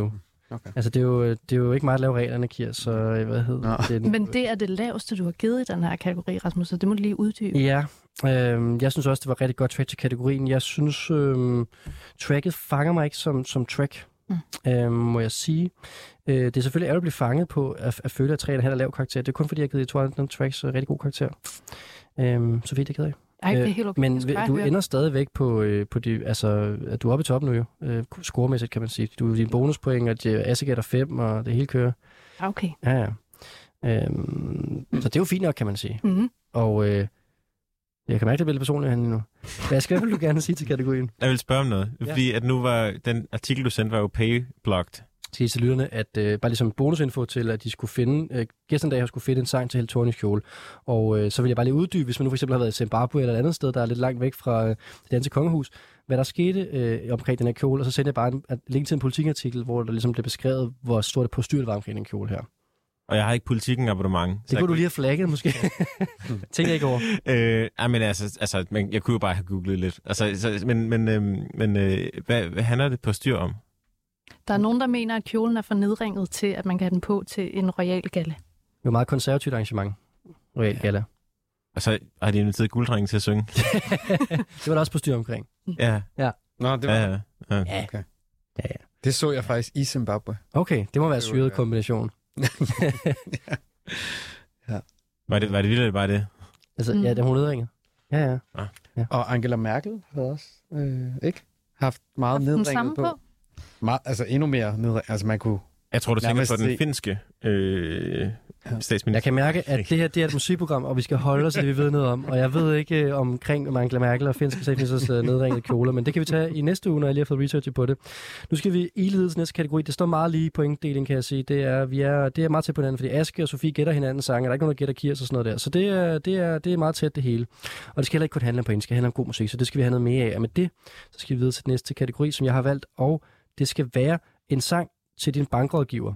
Okay. Altså, det er jo ikke mig, at lave reglerne, Kier, så hvad hedder det? Men det er det laveste, du har givet i den her kategori, Rasmus, så det må du lige uddybe. Ja, jeg synes også, det var rigtig godt track til kategorien. Jeg synes, tracket fanger mig ikke som track, må jeg sige. Det er selvfølgelig ærgerligt at blive fanget på at føle, at 3,5 er lav karakter. Det er kun fordi, jeg har givet 200 tracks rigtig god karakter. Så vidt, det keder jeg. Ej, det er helt okay. Men du ender stadigvæk på de, altså, at du er oppe i toppen nu jo, scoremæssigt kan man sige. Du er din bonuspoint, og Assegat er 5, og det hele kører. Okay. Ja. Så det er jo fint nok, kan man sige. Mm-hmm. Og jeg kan mærke, at det bliver lidt personligt her nu. Hvad vil du gerne sige til kategorien? Jeg vil spørge om noget, fordi at nu var den artikel, du sendte, var jo pay-blocked. Sige til lytterne, at bare ligesom bonusinfo til, at de skulle finde, gæsterne der skulle finde en sang til Helle Thornings kjole. Og så vil jeg bare lige uddybe, hvis man nu for eksempel har været i Zimbabwe eller et andet sted, der er lidt langt væk fra det danske kongehus, hvad der skete omkring den her kjole, og så sendte jeg bare en link til en politikartikel, hvor der ligesom blev beskrevet, hvor stort et postyr det var omkring den kjole her. Og jeg har ikke politikken abonnement. Det kunne du lige have flagget, måske. Tænker jeg ikke over. Men altså, jeg kunne jo bare have googlet lidt. Altså, men hvad handler det på styr om? Der er nogen, der mener, at kjolen er for nedringet til, at man kan have den på til en royal galle. Det var et meget konservativt arrangement. Royal galla. Og så har de inviteret Gulddrengen til at synge. Det var der også på styr omkring. Ja. Nå, det var... Ja. Okay. Ja. Det så jeg faktisk i Zimbabwe. Okay, det må være en syret kombination. Ja. Var det vildt, eller bare det? Altså, ja, det var nedringet. Ja. Og Angela Merkel havde også ikke haft meget nedringet på. Altså endnu mere nedringet. Altså man kunne... Jeg tror, du tænker på den finske statsminister. Jeg kan mærke, at det her det er et musikprogram, og vi skal holde os til det, vi ved noget om. Og jeg ved ikke omkring Angela Merkel og finske statsministers nedringede kjoler, men det kan vi tage i næste uge, når jeg lige har fået research på det. Nu skal vi ilede til næste kategori. Det står meget lige i pointdeling, kan jeg sige. Det er meget tæt på hinanden, fordi Aske og Sofie gætter hinandens sange, og der er ikke nogen, der gætter Kiers og sådan noget der. Så det er meget tæt det hele. Og det skal heller ikke kun handle om point, det skal handle om god musik, så det skal vi have noget mere af. Og med det, så skal vi videre til den næste kategori, som jeg har valgt, og det skal være en sang til din bankrådgiver.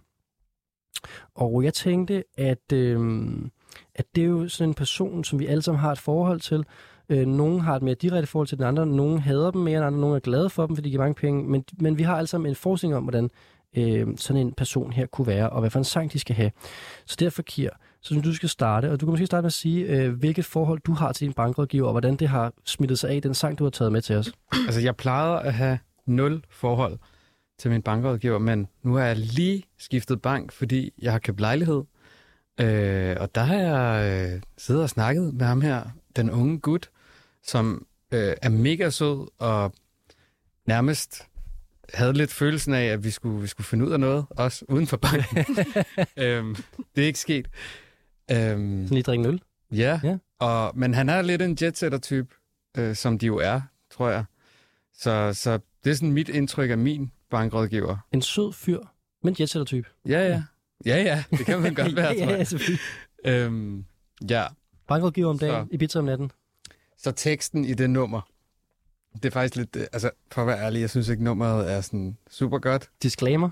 Og jeg tænkte, at det er jo sådan en person, som vi alle sammen har et forhold til. Nogle har et mere direkte forhold til den andre, nogle hader dem mere end andre, nogle er glade for dem, fordi de giver mange penge, men vi har alle sammen en forestilling om, hvordan sådan en person her kunne være, og hvad for en sang de skal have. Så derfor, Kier, så synes du skal starte, og du kan måske starte med at sige, hvilket forhold du har til din bankrådgiver, og hvordan det har smittet sig af den sang, du har taget med til os. Altså, jeg plejede at have 0 forhold til min bankrådgiver, men nu har jeg lige skiftet bank, fordi jeg har købt lejlighed. Og der har jeg siddet og snakket med ham her, den unge gut, som er mega sød og nærmest havde lidt følelsen af, at vi skulle finde ud af noget, også uden for banken. Det er ikke sket. Lige drikke en øl? Ja. Men han er lidt en jetsetter-type, som de jo er, tror jeg. Så det er sådan mit indtryk af min bankrådgiver. En sød fyr, men jetsetter-type. Ja, det kan man godt være, tror jeg. Ja, selvfølgelig. Ja. Bankrådgiver om dagen, Ibiza om natten. Så teksten i det nummer, det er faktisk lidt, altså for at være ærlig, jeg synes ikke nummeret er sådan super godt. Disclaimer.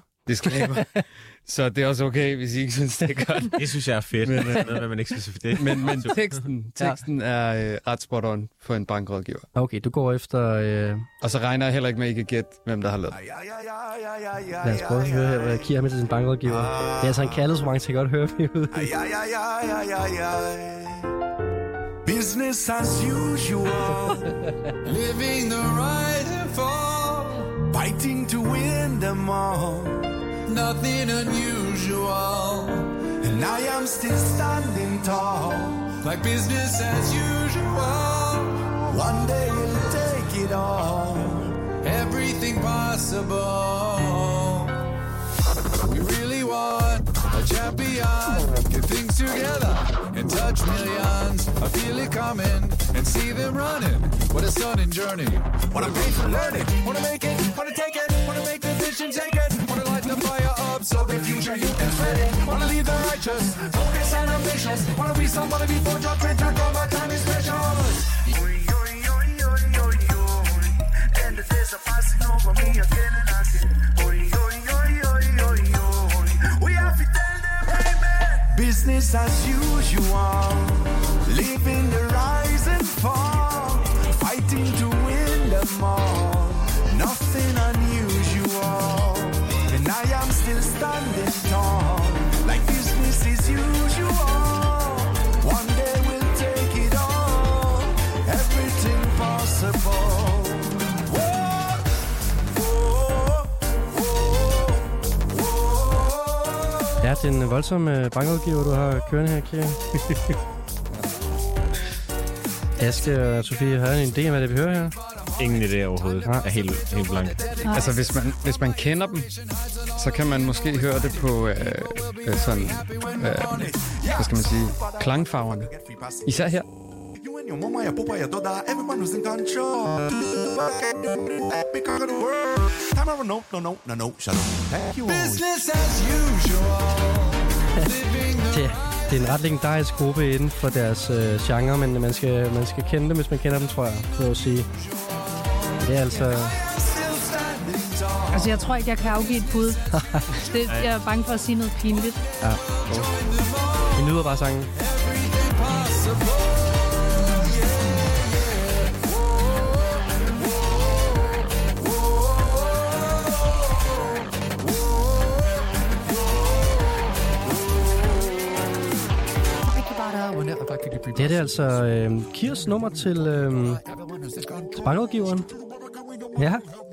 Så det er også okay, hvis I ikke synes, det er godt. Det synes jeg er fedt. Men, man ikke synes, det. Men teksten er ret spot on for en bankrådgiver. Okay, du går efter... Og så regner jeg heller ikke med, at I kan gætte, hvem der har lavet. Lad os prøve at høre her, hvad Kier har med til sin bankrådgiver. Det er altså en kaldet, så mange til godt høre ud. Business as usual. Living the rise and fall. Fighting to win them all. Nothing unusual. And I am still standing tall. Like business as usual. One day you'll take it all. Everything possible. We really want a champion. Get things together and touch millions. I feel it coming and see them running. What a stunning journey. Wanna pay for learning. Wanna make it, wanna take it. Wanna make the vision take it. Wanna light the fire up so the future you can spread it. Wanna lead the righteous, focus and ambitious. Wanna be somebody before your train track. All my time is precious. And the days are passing over me again and again. We have to tell them amen. Business as usual. Living the rise and fall. Fighting to win them all. Nothing unusual. And I am still det er en voldsom bankudgiver, du har kørende her, Kira. Aske og Sofie, har I en idé om, hvad det vi hører her? Ingen idé overhovedet. Ja. Er helt blank. Altså, hvis man kender dem, så kan man måske høre det på sådan, hvad skal man sige, klangfarverne. Især her. Det er en ret legendarisk gruppe inden for deres genre, men man skal kende dem, hvis man kender dem, tror jeg, for at sige. Det er altså... Altså, jeg tror ikke, jeg kan afgive et bud. Jeg er bange for at sige noget pinligt. Ja. Vi nyder bare sangen. Det er altså Kirs nummer til bankrådgiveren. Ja.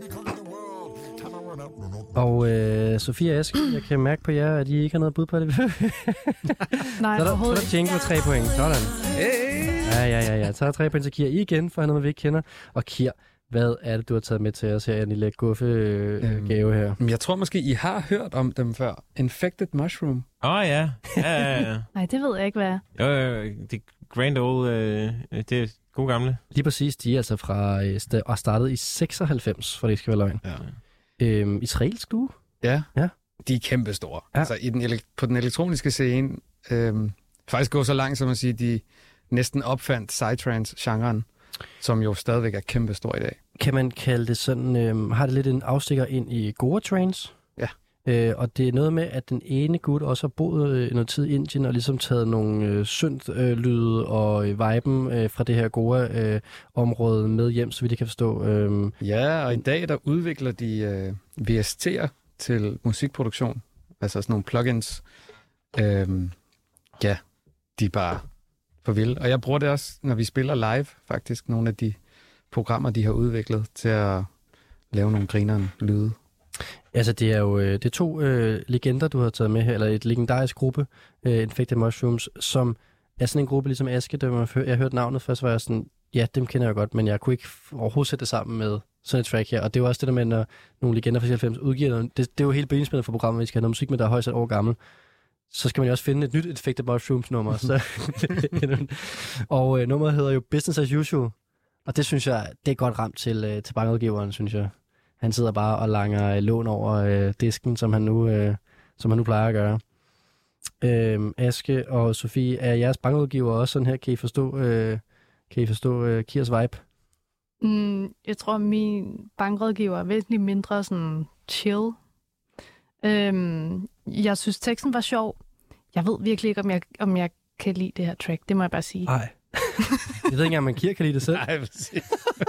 Og Sofie og Aske, jeg kan mærke på jer, at I ikke har noget bud på det. Nej, overhovedet ikke. Så er der Jenke med 3 point. Sådan. Ja. Så er der 3 point til Kir igen, for noget, vi ikke kender. Og Kir, hvad er det, du har taget med til os her? En lille gave her. Jeg tror måske, I har hørt om dem før. Infected Mushroom. Ja. Nej, det ved jeg ikke, hvad er. Jo, det Grand Old, det er gode gamle. Lige præcis, de er altså fra startet i 96, for det skal være løgn. Ja. Israelsk du? Ja. De er kæmpestore. Ja. Altså på den elektroniske scene, faktisk går så langt som at sige, de næsten opfandt psytrance-genren, som jo stadigvæk er kæmpestor i dag. Kan man kalde det sådan, har det lidt en afstikker ind i Goa Trance? Ja. Og det er noget med, at den ene gut også har boet noget tid i Indien og ligesom taget nogle synt-lyde og viben fra det her Goa-område med hjem, så vidt jeg kan forstå. Ja, og i dag der udvikler de VST'er til musikproduktion. Altså sådan nogle plugins. Ja, de er bare for vilde. Og jeg bruger det også, når vi spiller live, faktisk. Nogle af de programmer, de har udviklet til at lave nogle grinerne lyde. Altså, det er jo det er 2 legender, du har taget med her, eller et legendarisk gruppe, Infected Mushrooms, som er sådan en gruppe, ligesom Aske, der jeg hørte navnet først, var jeg sådan, ja, dem kender jeg godt, men jeg kunne ikke overhovedet sætte det sammen med sådan et track her. Og det er jo også det der med, når nogle legender fra 90 udgiver noget. Det er jo helt benspændet for programmet, vi skal have noget musik med, der er højst et år gammel. Så skal man jo også finde et nyt Infected Mushrooms nummer. Så. Og nummeret hedder jo Business as Usual. Og det synes jeg, det er godt ramt til bankudgiveren, synes jeg. Han sidder bare og langer lån over disken, som han nu plejer at gøre. Aske og Sofie, er jeres bankudgiver også sådan her? Kan I forstå Kirs vibe? Jeg tror, min bankrådgiver er væsentligt mindre sådan chill. Jeg synes, teksten var sjov. Jeg ved virkelig ikke, om jeg kan lide det her track. Det må jeg bare sige. Nej. Jeg ved ikke engang, om man Kir kan lide det selv. Nej, præcis.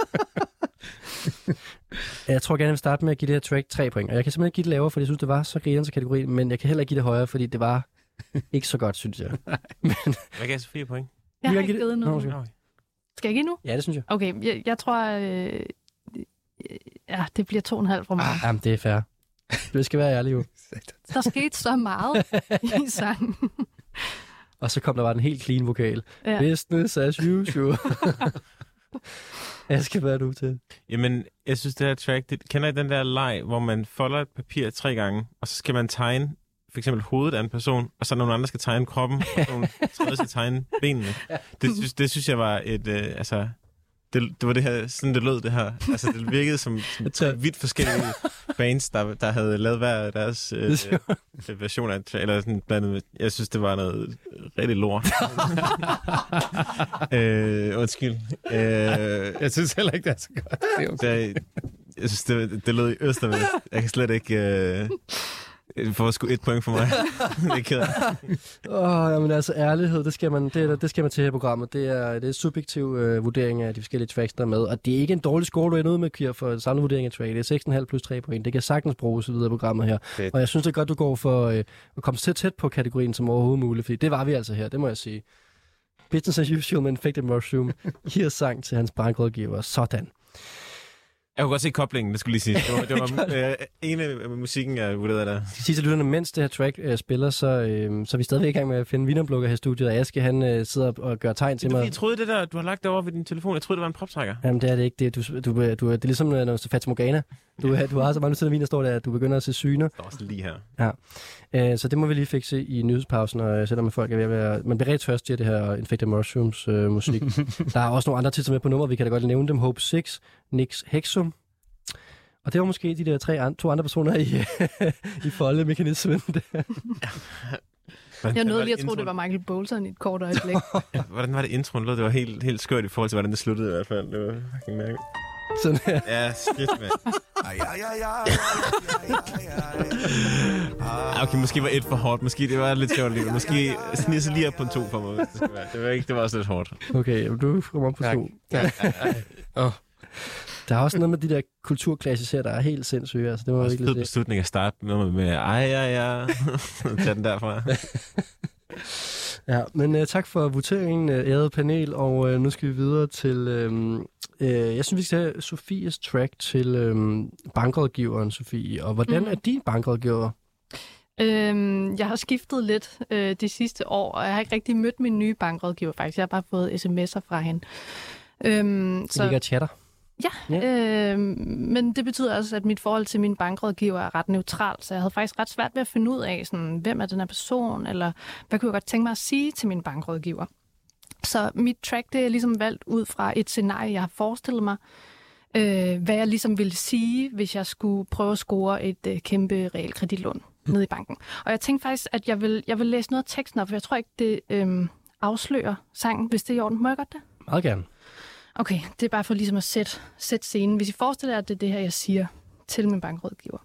Jeg tror gerne, jeg vil starte med at give det her track 3 point. Og jeg kan simpelthen ikke give det lavere, fordi jeg synes, det var så grineren til kategorien. Men jeg kan heller ikke give det højere, fordi det var ikke så godt, synes jeg. Hvad gav jeg så 4 point? Jeg har ikke givet noget. Okay. Skal jeg give nu? Ja, det synes jeg. Okay, jeg tror, det bliver 2,5 fra mig. Jamen, det er fair. Du skal være ærlig jo. Der skete så meget i sangen. Og så kom der bare en helt clean vokal. Ja. Business as usual. Jeg skal være du til. Jamen, jeg synes, det her track, kender I den der leg, hvor man folder et papir 3 gange, og så skal man tegne for eksempel hovedet af en person, og så nogle andre skal tegne kroppen, og så nogle tredje skal tegne benene. Det synes jeg var et, det var det her, sådan det lød det her. Altså, det virkede som 3 vidt forskellige bands, der havde lavet hver deres version af, eller sådan blandet. Jeg synes, det var noget rigtig lort. Undskyld. Jeg synes heller ikke, det er så godt. Det er okay. Jeg synes, det lød i øst og vest. Jeg kan slet ikke... får sgu 1 point for mig. Det er ked af. Jamen altså ærlighed, det skal man til her programmet. Det er subjektiv vurdering af de forskellige tracks, der er med. Og det er ikke en dårlig score, du er nede med, Kir, for samlet vurdering af track. Det er 6,5 plus 3 point. Det kan sagtens bruges videre programmet her. Fedt. Og jeg synes det er godt, du går for at komme så tæt på kategorien som overhovedet muligt, fordi det var vi altså her, det må jeg sige. Business as usual med Infected Mushroom. Her sang til hans bankrådgiver. Sådan. Jeg kunne godt se koblingen, det skulle lige sige. Det var en af musikken, jeg vurderede der. Sig til lytterne, mens det her track spiller, så er vi stadigvæk i gang med at finde Wienerblukker her i studiet, og Aske, han sidder og gør tegn til mig. Jeg troede det der, du har lagt det over ved din telefon, jeg troede, det var en proptrækker. Jamen, det er det ikke. Det er ligesom, når du så Fata Morgana. Du har så mange tid, der står der, at du begynder at se syner. Der er også lige her. Ja. Så det må vi lige fikse i nyhedspausen, og selvom folk er ved at være... Man bliver rigtig tørstig af det her Infected Mushrooms musik. Der er også nogle andre titler med på nummer, vi kan da godt nævne dem. Hope 6, Nix Hexum. Og det var måske de der to andre personer i foldemekanismen. Jeg nåede lige at tro, det var Michael Bolton i et kort øjeblik. Hvordan var det introen? Det var helt skørt i forhold til, hvordan det sluttede i hvert fald. Det var fucking mærkeligt. Sådan her. Ja, skidt, mand. Okay, måske var et for hårdt. Måske det var lidt sjovt lige. Måske snisse lige op på en 2 for mig. Det var også lidt hårdt. Okay, du kommer op på 2. Der er også noget med de der kulturklassiser, der er helt sindssyge. Altså, det var også en fed beslutning at starte med tage den derfra. Ja, men tak for voteringen, ærede panel, og nu skal vi videre til... jeg synes, vi skal have Sofies track til bankrådgiveren, Sofie. Og hvordan er din bankrådgiver? Jeg har skiftet lidt de sidste år, og jeg har ikke rigtig mødt min nye bankrådgiver, faktisk. Jeg har bare fået sms'er fra hende. Så ligger og chatter? Ja, men det betyder også, at mit forhold til min bankrådgiver er ret neutralt, så jeg havde faktisk ret svært ved at finde ud af, sådan, hvem er den her person, eller hvad kunne jeg godt tænke mig at sige til min bankrådgiver. Så mit track, det er ligesom valgt ud fra et scenarie, jeg har forestillet mig, hvad jeg ligesom ville sige, hvis jeg skulle prøve at score et kæmpe realkreditlån nede i banken. Og jeg tænkte faktisk, at jeg vil læse noget af teksten op, for jeg tror ikke, det afslører sangen, hvis det er i orden. Må jeg godt det? Meget gerne. Okay, det er bare for ligesom at sætte scenen. Hvis I forestiller jer, at det er det her, jeg siger til min bankrådgiver.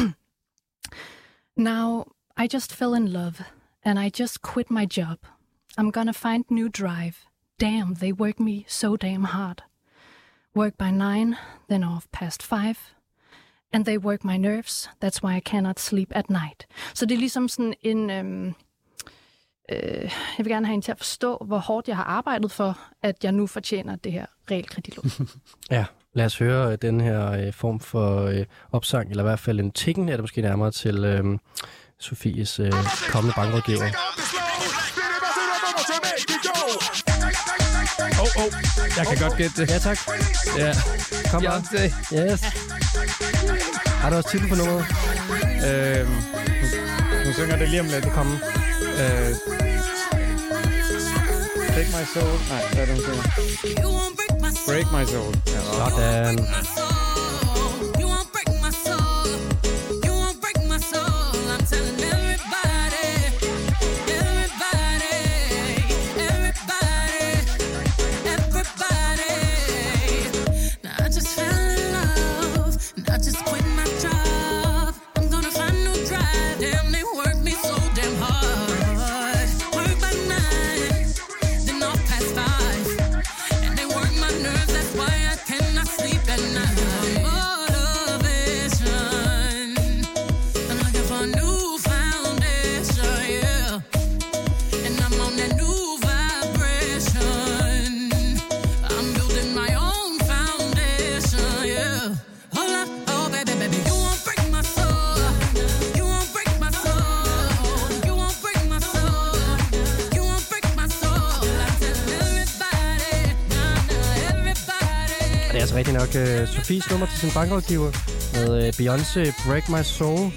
Now, I just fell in love, and I just quit my job. I'm gonna find new drive. Damn, they work me so damn hard. Work by 9, then off past 5. And they work my nerves. That's why I cannot sleep at night. Så det er ligesom sådan en... jeg vil gerne have hende til at forstå, hvor hårdt jeg har arbejdet for, at jeg nu fortjener det her realkreditlån. Ja, lad os høre den her form for opsang, eller i hvert fald en tikken, er det måske nærmere til Sofies kommende bankrådgiver. Jeg kan godt gætte det. Ja, tak. Ja. Kom on. Yes. Har du også titel på nummeret? Hun synger det lige om lidt. Det kommer. Take my soul. Nej, hvad er det, hun synger? Break my soul. Ja, sådan. Rigtig nok Sofies nummer til sin bankrådgiver med Beyoncé, Break My Soul.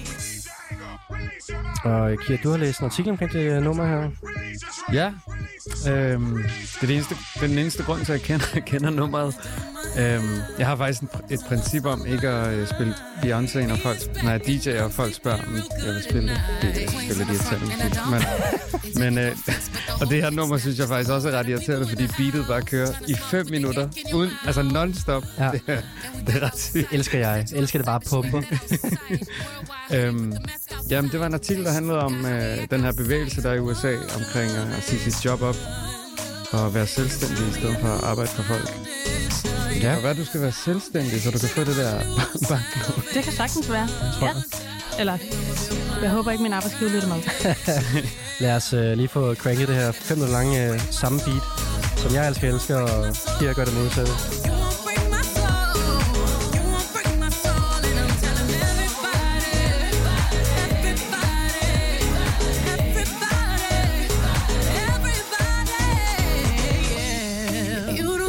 Og Kira, du har læst en artikel omkring det nummer her. Ja, det er den eneste grund til, at jeg kender nummeret. Jeg har faktisk et princip om ikke at spille Beyoncé, når jeg DJ'er, og folk spørger, om jeg vil spille det. Det er selvfølgelig irriterende musik. Men og det her nummer synes jeg faktisk også er ret irriterende, fordi beatet bare kører i 5 minutter, uden, altså non-stop. Ja. Det er ret sygt. Det elsker jeg. Jeg elsker det bare pumper. Jamen, det var en artikel, der handlede om den her bevægelse, der er i USA, omkring at sige sit job op og være selvstændig i stedet for at arbejde for folk. Ja. Og hvad du skal være selvstændig, så du kan få det der banklån. Det kan sagtens være. Ja. Eller, jeg håber ikke, min arbejdsgiver lytter med. Lad os lige få cranket det her 5 minutter lange samme beat, som jeg elsker, og Kira gør det modsatte.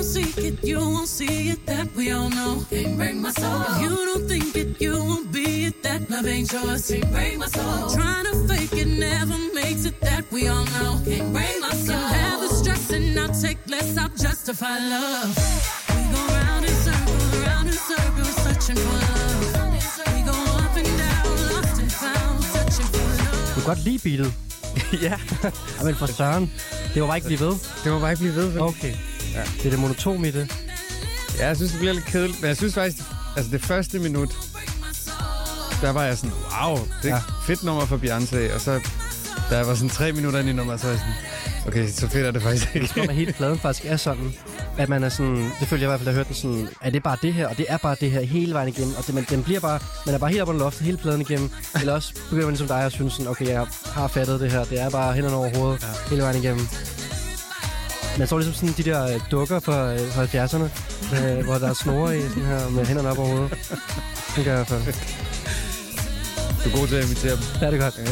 don't seek it, you won't see it, that we all know. Can't break my soul. If you don't think it, you won't be it, that love ain't yours. Can't break my soul. Trying to fake it never makes it, that we all know. Can't break my soul. You have the stress and I'll take less, I'll justify love. We go round in circles, searching for love. We go up and down, lost and found, searching for love. Du kan godt lide beatet. Ja. Men for søren, det var bare ikke blive ved. Det må bare ikke blive ved. Okay. Ja. Det er det monotom i det. Ja, jeg synes, det bliver lidt kedeligt. Men jeg synes faktisk, altså det første minut, der var jeg sådan, wow, det er fedt nummer for Beyoncé. Og så, da jeg var sådan 3 minutter ind i nummer, så var jeg sådan, okay, så fedt er det faktisk ikke. Det tror, at hele pladen faktisk er sådan, at man er sådan, det følger jeg i hvert fald, at jeg hørte den sådan, er det bare det her, og det er bare det her hele vejen igennem, og det, den bliver bare, man er bare helt op under loftet hele pladen igennem, eller også begynder man ligesom dig og synes sådan, okay, jeg har fattet det her, det er bare hænderne over hovedet hele vejen igennem. Man så ligesom sådan de der dukker fra 70'erne, hvor der er snore i sådan her med hænderne op over hovedet. Det gør jeg i hvert fald. Du er god til at imitere dem. Ja, det er godt.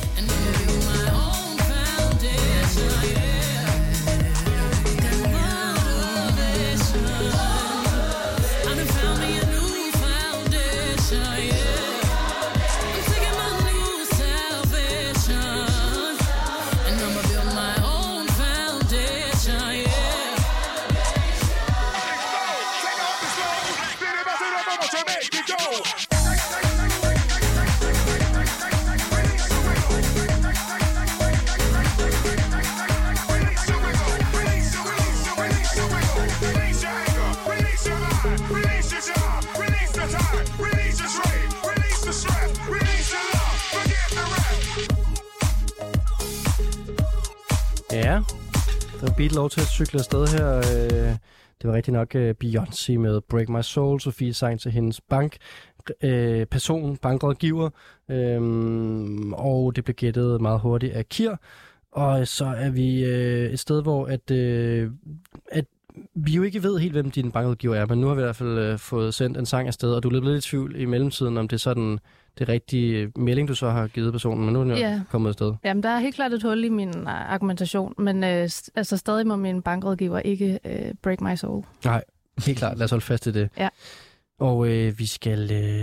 Ja, der var beat lov til at cykle afsted her. Det var rigtig nok Beyoncé med Break My Soul. Sofie sang til hendes bankrådgiver. Og det blev gættet meget hurtigt af Kir. Og så er vi et sted, hvor at vi jo ikke ved helt, hvem din bankrådgiver er, men nu har vi i hvert fald fået sendt en sang afsted, og du er blevet lidt i tvivl i mellemtiden, om det er sådan det rigtige melding, du så har givet personen, men nu er den jo kommet afsted. Jamen, der er helt klart et hul i min argumentation, men altså stadig må min bankrådgiver ikke break my soul. Nej, helt klart. Lad os holde fast i det. Ja. Og vi skal...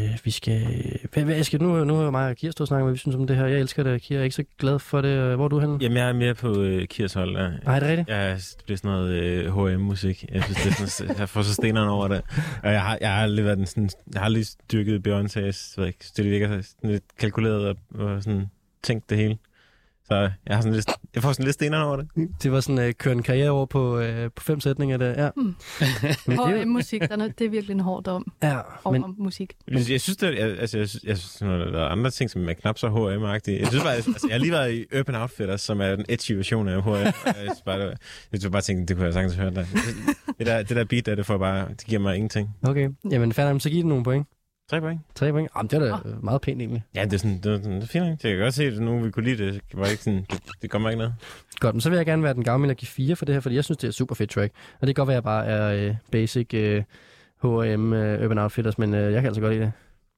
Nu har mig og Kir stået og snakket, hvad vi synes om det her. Jeg elsker det, Kir. Jeg er ikke så glad for det. Hvor er du henne? Jamen, jeg er mere på Kirs hold. Ja. Nej, er det rigtigt? Ja, det bliver sådan noget H&M-musik. Jeg synes, det er sådan, jeg får så stenerne over det. Og jeg har aldrig været sådan... Jeg har aldrig styrket Beyoncé's, det virker sådan lidt kalkuleret og sådan tænkt det hele. Så jeg får sådan lidt stenerne over det. Det var sådan køre en karriere over på 5 sætninger der. Ja. H&M-musik, det er virkelig en hård dom over musik. Men jeg synes, jeg synes, der er andre ting, som er knap så H&M-agtige. Jeg synes bare, jeg har lige været i Urban Outfitters, som er den edgy version af H&M. Jeg synes bare tænke, det kunne jeg sagtens høre der. Det der beat der, det giver mig ingenting. Okay, jamen færdig, så giv det nogle point. 3 point. 3 point? Jamen, det er da meget pænt egentlig. Ja, det er fint. Jeg kan godt se, at nu vi kunne lide det. Det var ikke sådan, det kommer ikke noget. Godt, men så vil jeg gerne være den gamle og give 4 for det her, fordi jeg synes, det er et super fedt track. Og det kan godt være, at jeg bare er basic H&M Urban Outfitters, men jeg kan altså godt lide det.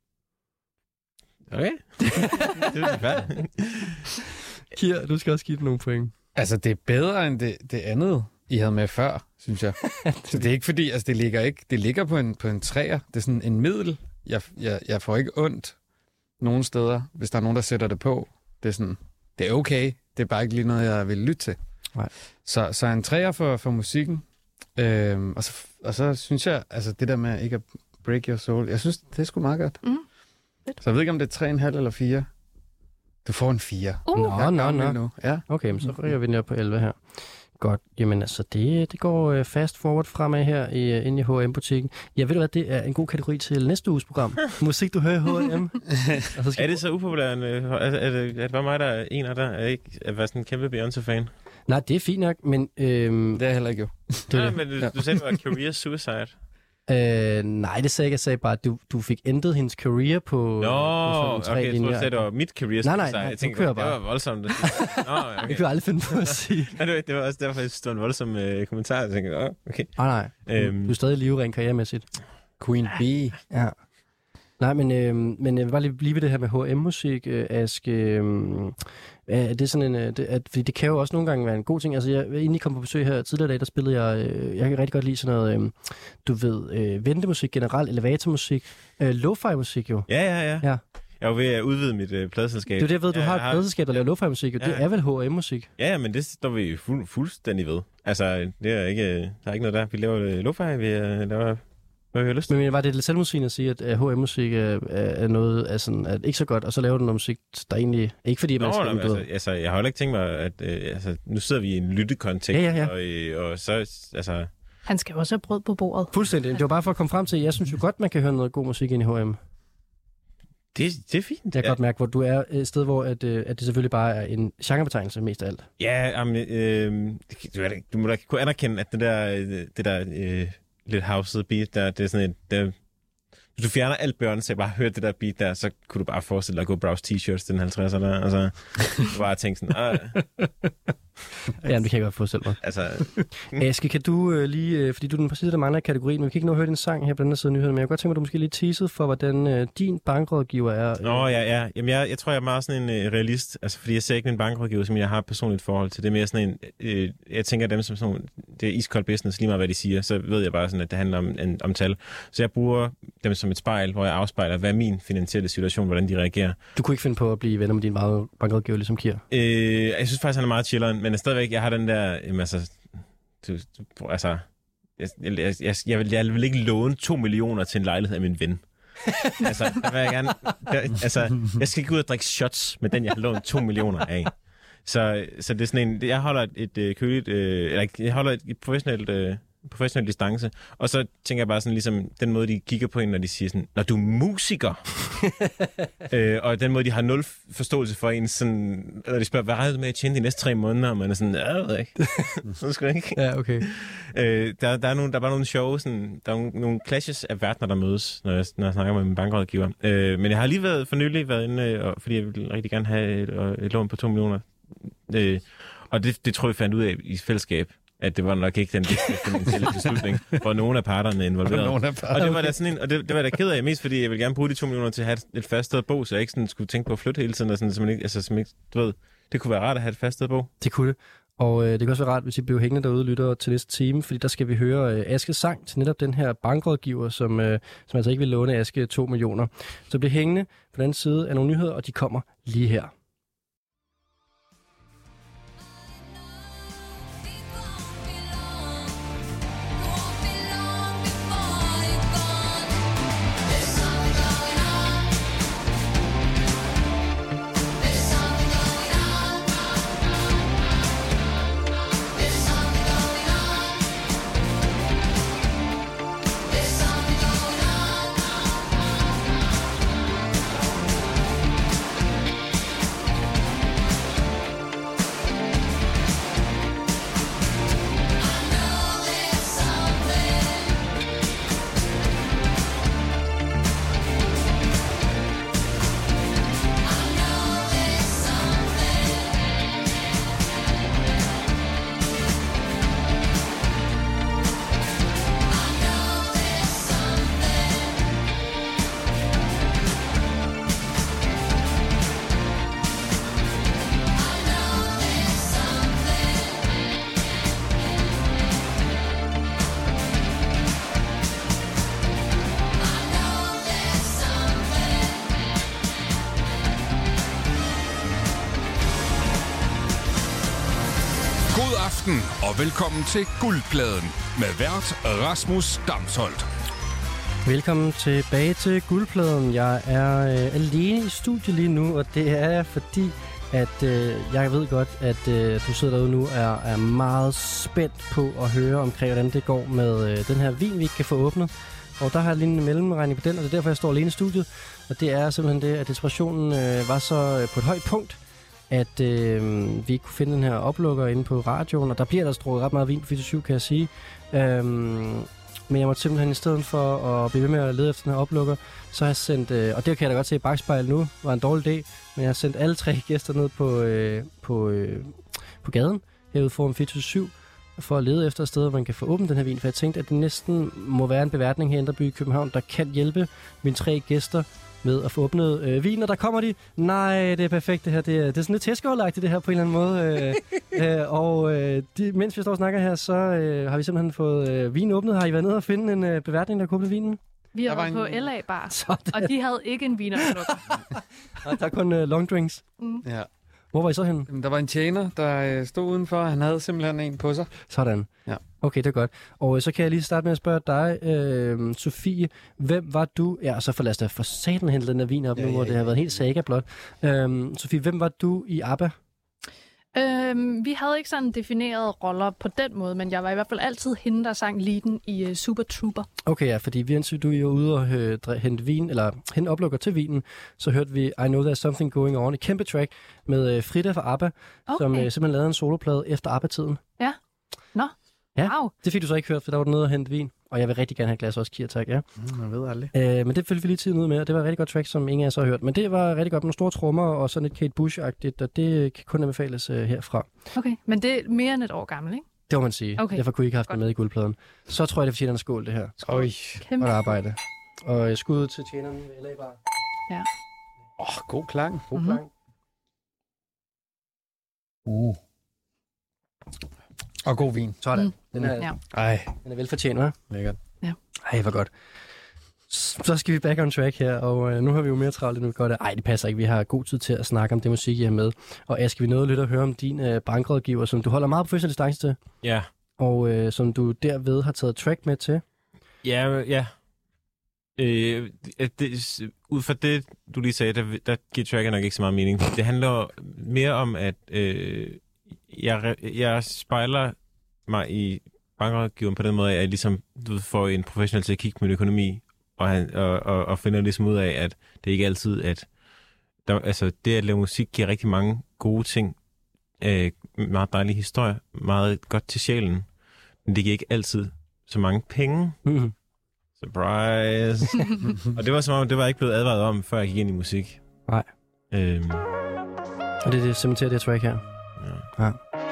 Okay. Det er færdigt. Kir, du skal også give det nogle point. Altså, det er bedre end det andet, I havde med før, synes jeg. Så det er ikke fordi, altså det ligger på en 3'er. Det er sådan en middel. Jeg får ikke ondt nogen steder, hvis der er nogen, der sætter det på. Det er sådan, det er okay. Det er bare ikke lige noget, jeg vil lytte til. Nej. Så en 3'er for musikken. Og så synes jeg, altså det der med ikke at break your soul, jeg synes, det er sgu meget godt. Så jeg ved ikke, om det er 3,5 eller 4. Du får en 4. Nå. Ja. Okay, men så ryger vi ned på 11 her. Godt. Jamen altså, det går fast forward fremad her inde i H&M-butikken. Jeg ved du hvad, det er en god kategori til næste uges program. Musik, du hører i H&M. Er det så upopulært? Er det bare mig, der er en af der? Er ikke at være sådan en kæmpe Beyoncé-fan? Nej, det er fint nok, men... det er heller ikke jo. Men du sagde, det var career suicide. Nej, det sagde jeg. Jeg sagde bare, at du fik endet hendes career på 3 linjer. Jeg troede, det var mit career suicide. Nej, jeg tænkte, det var voldsomt. Okay. Jeg kunne aldrig finde på at sige. Det var også derfor, jeg synes, det var en voldsom kommentar. Jeg tænkte, okay. Nej. Du er stadig livren karrieremæssigt. Queen Bee. Ja. Nej, men jeg vil bare lige blive ved det her med H&M-musik, Aske. Er det sådan en... fordi det kan jo også nogle gange være en god ting. Altså, inden I kom på besøg her tidligere i dag, der spillede jeg kan rigtig godt lide sådan noget, ventemusik generelt, elevatormusik, lo-fi-musik jo. Ja. Ja. Jeg er jo ved at udvide mit pladeselskab. Det er det, jeg ved, du har et pladeselskab, der laver lo-fi-musik, og det er vel H&M-musik? Ja, men det står vi fuldstændig ved. Altså, det er ikke, der er ikke noget der. Vi laver lo-fi, vi laver... Men var det selvmodsigende at sige, at H&M-musik er noget af sådan, at ikke så godt, og så laver du noget musik, der egentlig... Ikke fordi, man skal... Altså, jeg har heller ikke tænkt mig, at... nu sidder vi i en lyttekontekst, og så... Altså... Han skal også have brød på bordet. Fuldstændig. Det var bare for at komme frem til, jeg synes jo godt, man kan høre noget god musik ind i H&M. Det er fint. Jeg kan godt mærke, hvor du er et sted, hvor at det selvfølgelig bare er en genrebetegnelse mest af alt. Ja, du må da kunne anerkende, at det der lidt housed beat der, det er sådan et... Hvis du fjerner alt børn, så jeg bare hørte det der beat der, så kunne du bare forestille dig at gå browse t-shirts den 50'er der. Altså, du bare tænke sådan... Ja, det kan jeg godt forestille mig. Altså... Aske, kan du lige... fordi du er den præcis, der mangler i kategorien, men vi kan ikke nå at høre din sang her på den her side af nyhederne, men jeg kunne godt tænke mig, at du måske lige teasede for, hvordan din bankrådgiver er. Nå, ja. Jamen, jeg tror, jeg er meget sådan en realist, altså fordi jeg ser ikke min bankrådgiver, som jeg har et personligt forhold til. Det er mere sådan en... jeg tænker dem som sådan... Det er iskold business, lige meget hvad de siger, så ved jeg bare sådan, at det handler om tal. Så jeg bruger dem som et spejl, hvor jeg afspejler, hvad er min finansielle situation, hvordan de reagerer. Du kunne ikke finde på at blive venner med din bankrådgiver, ligesom Kier? Jeg synes faktisk, han er meget chilleren, men stadigvæk, jeg har den der, jeg vil ikke låne 2 millioner til en lejlighed af min ven. Altså, der vil jeg gerne, jeg skal ikke ud og drikke shots med den, jeg har lånt 2 millioner af. Så det er sådan en, jeg holder et køligt, jeg holder et professionel distance, og så tænker jeg bare sådan ligesom, den måde, de kigger på en, når de siger sådan, når du er musiker, og den måde, de har nul forståelse for en, sådan, når de spørger, hvad regner du med at tjene de næste 3 måneder, og man er sådan, jeg ved ikke. Så skal jeg ikke. Ja, okay. Der er bare nogle sjove, sådan, der er nogle clashes af verdener, der mødes, når jeg snakker med min bankrådgiver. Men jeg har lige for nylig været inde, fordi jeg vil rigtig gerne have et lån på 2 millioner. Og det tror jeg fandt ud af i fællesskab, at det var nok ikke den vigtigste finansielle beslutning, hvor nogen af parterne involveret. Og det var da sådan og det var da ked af mest, fordi jeg ville gerne bruge de 2 millioner til at have et fast sted at bo, så jeg ikke sådan skulle tænke på at flytte hele tiden, og sådan, så man ikke, du ved, det kunne være rart at have et fast sted at bo. Det kunne det. Og det kan også være rart, hvis I bliver hængende derude og lytter til næste time, fordi der skal vi høre Askes sang til netop den her bankrådgiver, som altså ikke vil låne Aske 2 millioner. Så bliver hængende på den anden side af nogle nyheder, og de kommer lige her. Og velkommen til Guldpladen med vært Rasmus Damsholdt. Velkommen tilbage til Guldpladen. Jeg er alene i studiet lige nu, og det er jeg, fordi at jeg ved godt, at du sidder derude nu og er meget spændt på at høre omkring, hvordan det går med den her vin, vi ikke kan få åbnet. Og der har jeg lige en mellemregning på den, og det er derfor, jeg står alene i studiet. Og det er simpelthen det, at desperationen var så på et højt punkt, at vi ikke kunne finde den her oplukker inde på radioen, og der bliver der strukket ret meget vin på 24, kan jeg sige. Men jeg måtte simpelthen i stedet for at blive ved med at lede efter den her oplukker, så har jeg sendt, og det kan jeg da godt se i bagspejlet nu, var en dårlig idé, men jeg har sendt alle 3 gæster ned på gaden, herude foran 24/7, for at lede efter et sted, hvor man kan få åbnet den her vin, for jeg tænkte, at det næsten må være en beværtning her i Indre By i København, der kan hjælpe mine 3 gæster med at få åbnet vin, og der kommer de. Nej, det er perfekt det her. Det er sådan lidt tæskeoverlagt det her på en eller anden måde. Mens vi står og snakker her, så har vi simpelthen fået vin åbnet. Har I været nede og finde en beværtning, der kunne åbne vinen? Vi har været på LA Bar, og de havde ikke en vinerlukker. Der er kun long drinks. Ja. Hvor var I så henne? Der var en tjener, der stod udenfor. Han havde simpelthen en på sig. Sådan. Ja. Okay, det er godt. Og så kan jeg lige starte med at spørge dig, Sofie. Hvem var du? Ja, så lad os da for satan hente den der vin op nu, hvor det har været helt saga blot. Sofie, hvem var du i ABBA? Vi havde ikke sådan defineret roller på den måde, men jeg var i hvert fald altid hende, der sang leaden i Super Trooper. Okay, ja, fordi du er jo ude og hente vin, eller hente oplukker til vinen, så hørte vi I Know There's Something Going On, et kæmpe track med Frida fra ABBA, som simpelthen lavede en soloplade efter ABBA-tiden. Ja, nå. Ja, wow. Det fik du så ikke hørt, for der var du nede og hente vin. Og jeg vil rigtig gerne have et glas også, Kier, tak. Ja. Jeg ved aldrig. Men det følte vi lige tiden ud med, og det var et rigtig godt track, som ingen af os har hørt. Men det var rigtig godt med nogle store trommer og sådan et Kate Bush-agtigt, og det kan kun anbefales herfra. Okay, men det er mere end et år gammel, ikke? Det må man sige. Okay. Derfor kunne I ikke have haft det med i guldpladen. Så tror jeg, det fortjener en skål, det her. Oj. Kæmpe arbejde. Og skud til tjeneren ved LA Bar. Ja. God klang. God klang. Og god vin. Sådan. Den er velfortjent, hva'? Lækkert. Ja. Ej, hvor godt. Så skal vi back on track her, og nu har vi jo mere travlt end vi godt. Ej, det passer ikke. Vi har god tid til at snakke om det musik, I har med. Og Aske, vi nåede lidt at høre om din bankrådgiver, som du holder meget professionel distance til. Ja. Og som du derved har taget track med til. Ja. Ud fra det, du lige sagde, der giver tracket nok ikke så meget mening. Det handler mere om, at jeg spejler mig i bankrådgiveren på den måde, at jeg ligesom får en professionel til at kigge på min økonomi, og finder ligesom ud af, at det ikke altid, at det at lave musik giver rigtig mange gode ting, meget dejlige historier, meget godt til sjælen, men det giver ikke altid så mange penge. Mm-hmm. Surprise! Og det var som om, det var jeg ikke blevet advaret om, før jeg gik ind i musik. Nej. Og det cementerer det track her. Ja.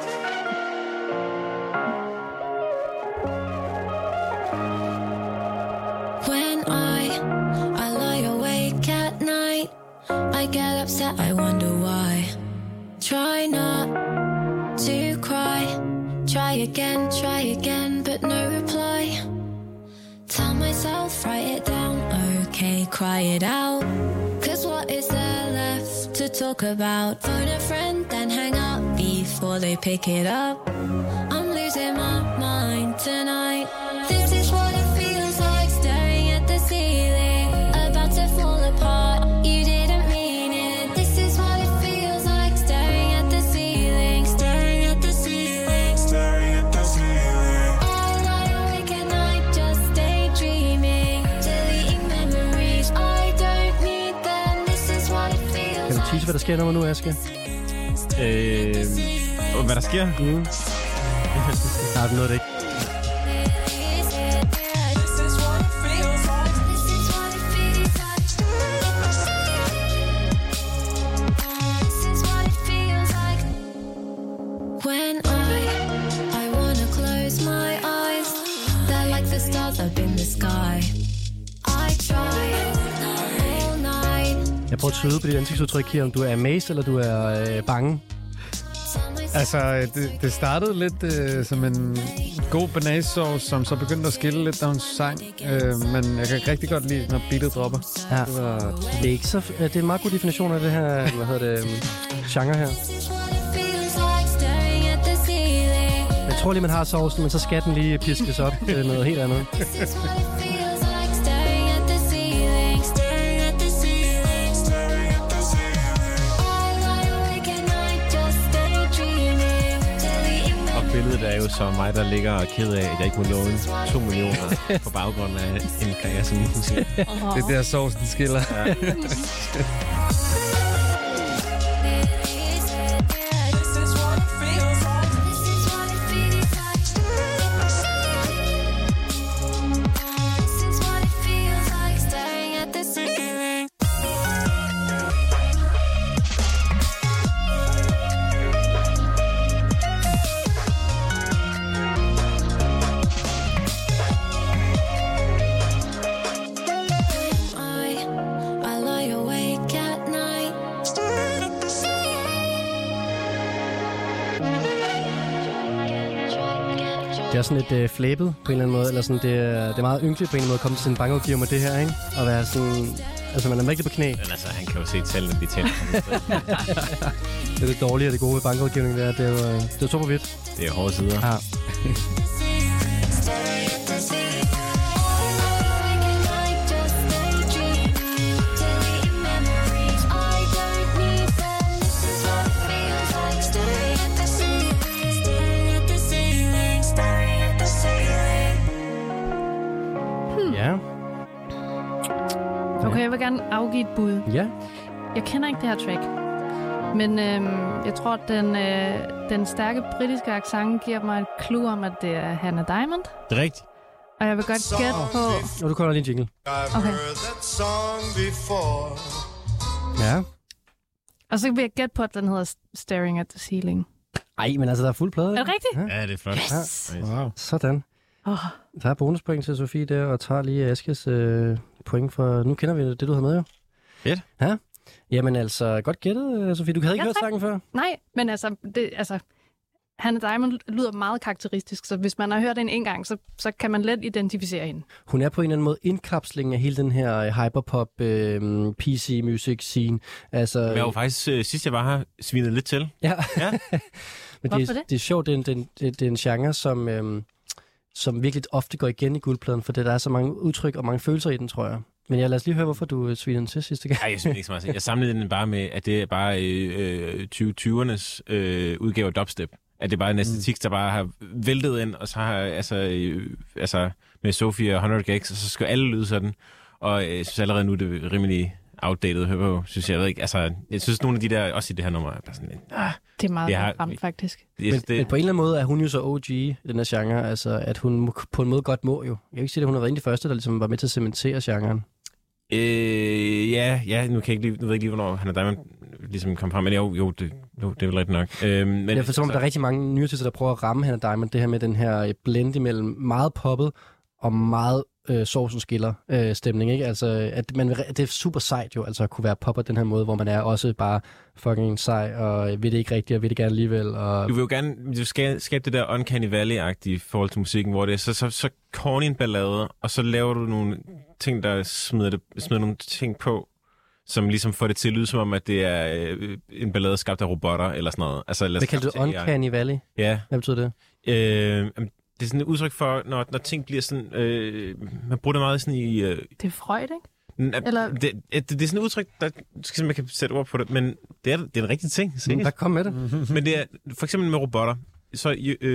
I get upset, I wonder why. Try not to cry. Try again, but no reply. Tell myself, write it down, okay, cry it out. Cause what is there left to talk about? Phone a friend, then hang up before they pick it up. I'm losing my mind tonight. This is what it feels like, staring at the ceiling, about to fall apart. You didn't mean it. This is what it feels like, staring at the ceiling, staring at the ceiling, staring at the ceiling. I lie awake at night, just daydreaming, deleting memories. I don't need them. This is what it feels like. Kan du tease, hvad der sker nu, Aske? Hvad der sker? Nej, det noget det ikke. When I wanna close my eyes, they're like the stars up in the sky. I try all night. Jeg prøver at tyde på dit ansigtsudtryk her, om du er amazed, eller du er bange. Altså, det startede lidt som en god banasesauce, som så begyndte at skille lidt, da hun sang. Men jeg kan rigtig godt lide, når beatet dropper. Ja, det er ikke så... Det er en meget god definition af det her, genre her. Jeg tror lige, man har sovsen, men så skal den lige piskes op til noget helt andet. Billedet er jo så mig, der ligger og ked af, at jeg ikke må låne 2 millioner på baggrund af en karriere som musik. Det er der sovsen skiller. Ja. Det er sådan lidt flæbet på en eller anden måde, eller sådan, det er meget ynkeligt på en eller anden måde at komme til sin bankrådgiver med det her, ikke? Og være sådan, altså man er virkelig på knæ. Men altså, han kan jo se tallene, de tæller. Det er det dårlige og det gode ved bankrådgivning, det er jo super vidt. Det er hårde sider. Ja. Okay, jeg vil gerne afgive et bud. Ja. Jeg kender ikke det her track, men jeg tror, at den stærke britiske accent giver mig et clue om, at det er Hannah Diamond. Det er rigtigt. Og jeg vil godt gætte på... Og du kommer lige en jingle. Okay. Ja. Og så vil jeg gætte på, at den hedder Staring at the Ceiling. Ej, men altså, der er fuld plade. Er det rigtigt? Ja, det er flot. Yes! Ja. Wow. Sådan. Der er bonuspoint til Sofie der, og tager lige Askes point for... Nu kender vi det, du har med jo. Fedt. Ja. Jamen altså, godt gættet, Sofie. Du havde ikke hørt sangen før? Nej, men altså Hannah Diamond lyder meget karakteristisk, så hvis man har hørt den en gang, så kan man let identificere hende. Hun er på en eller anden måde indkapsling af hele den her hyperpop PC music scene. Altså, jeg var faktisk, sidst jeg var her, svinet lidt til. Ja. Men hvorfor det? Det er sjovt, det er en genre, som virkelig ofte går igen i guldpladen, for der er så mange udtryk og mange følelser i den, tror jeg. Men lad os lige høre, hvorfor du svinede den til sidste gang. Nej, jeg synes ikke så meget. Jeg samlede den bare med, at det er bare 2020'ernes udgave af dubstep. At det bare er en æstetik, der bare har væltet ind, og så har altså med Sofie og 100 Gags, og så skal alle lyde sådan. Og jeg synes allerede nu, det er rimelig outdated at høre på, synes jeg. Ikke. Altså, jeg synes, nogle af de der, også i det her nummer, er bare sådan lidt... Det er meget ramt, faktisk. Men på en eller anden måde er hun jo så OG i den her genre, altså at hun på en måde godt må jo. Jeg kan ikke sige, at hun har været en af de første, der ligesom var med til at cementere genren. Ja, nu ved jeg ikke lige, hvornår Hannah Diamond ligesom kom frem, men jo, det er vel rigtigt nok. Men jeg forstår, at der er rigtig mange nye artister, der prøver at ramme Hannah Diamond, det her med den her blend imellem meget poppet og meget sovsen skiller stemning, ikke? Altså, at det er super sejt jo, altså at kunne være popper den her måde, hvor man er også bare fucking sej, og vil det ikke rigtigt, og vil det gerne alligevel. Og... Du skal skabe det der Uncanny Valley-agtige forhold til musikken, hvor det er så corny en ballade, og så laver du nogle ting, der smider nogle ting på, som ligesom får det til at lyde som om, at det er en ballade skabt af robotter, eller sådan noget. Altså, hvad kalder du Uncanny Valley? Ja. Hvad betyder det? Det er sådan et udtryk for, når ting bliver sådan... man bruger det meget sådan i... Det er Freud, ikke? Eller... Det er sådan et udtryk, der skal man kan sætte ord på det, men det er en rigtig ting. Der kom med det. Men det er for eksempel med robotter. Så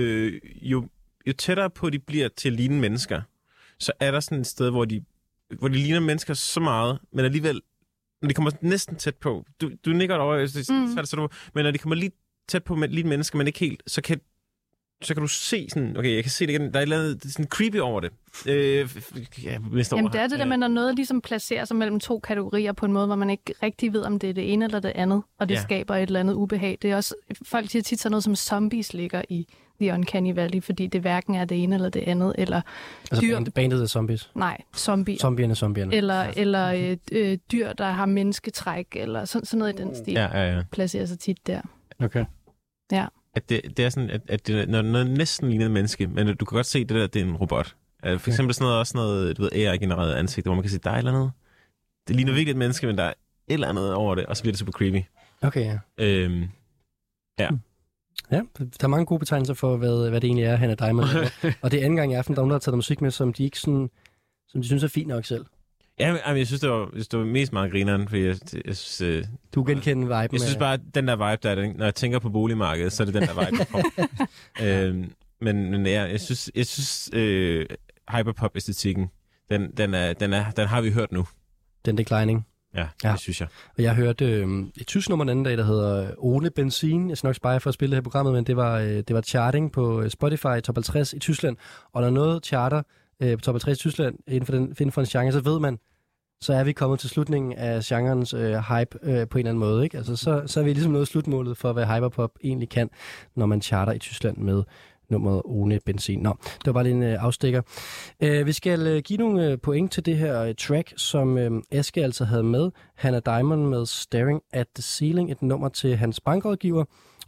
jo tættere på de bliver til at ligne mennesker, så er der sådan et sted, hvor de ligner mennesker så meget, men alligevel, når de kommer næsten tæt på... Du nikker over, men når de kommer lige tæt på lige mennesker, men ikke helt, så kan du se sådan, okay, jeg kan se det igen, der er et eller andet sådan creepy over det. Jamen det er det der med, når noget ligesom placerer sig mellem to kategorier på en måde, hvor man ikke rigtig ved, om det er det ene eller det andet, og det skaber et eller andet ubehag. Det er også, folk siger tit sådan noget som zombies ligger i The Uncanny Valley, fordi det hverken er det ene eller det andet, eller altså dyr... bandet er zombies? Nej, zombier. Zombierne. Eller dyr, der har mennesketræk, eller sådan noget i den stil, placerer sig tit der. Okay. Ja. At det er sådan, at det, når noget næsten ligner et menneske, men du kan godt se, det der, det er en robot. For eksempel sådan noget, du ved, AI-genereret ansigt, hvor man kan sige, der er et eller andet. Det ligner virkelig et menneske, men der er et eller andet over det, og så bliver det super creepy. Okay, ja. Ja. Ja, der er mange gode betegnelser for, hvad det egentlig er, Hannah Diamond. Og det er anden gang i aften, der er nogen, der har taget musik med, som de ikke sådan, som de synes er fint nok selv. Ja, men jeg synes, det var mest meget grineren, fordi jeg synes... Du genkender viben. Jeg synes bare, den der vibe, der er, når jeg tænker på boligmarkedet, så er det den der vibe, der kommer. Men ja, jeg synes hyperpop-æstetikken, den har vi hørt nu. Den declining. Ja, det synes jeg. Og jeg hørte et tysk nummer den anden dag, der hedder Ohne Benzin. Jeg skal nok spare for at spille det her programmet, men det var charting på Spotify Top 50 i Tyskland. Og når noget charter på Top 50 i Tyskland inden for en genre, så ved man, så er vi kommet til slutningen af genrens hype på en eller anden måde. Ikke? Altså, så er vi ligesom nået slutmålet for, hvad hyperpop egentlig kan, når man charter i Tyskland med nummeret Ohne Benzin. Nå, det var bare lige en afstikker. Vi skal give nogle point til det her track, som Aske altså havde med. Hannah Diamond med Staring at the Ceiling, et nummer til hans bankrådgiver.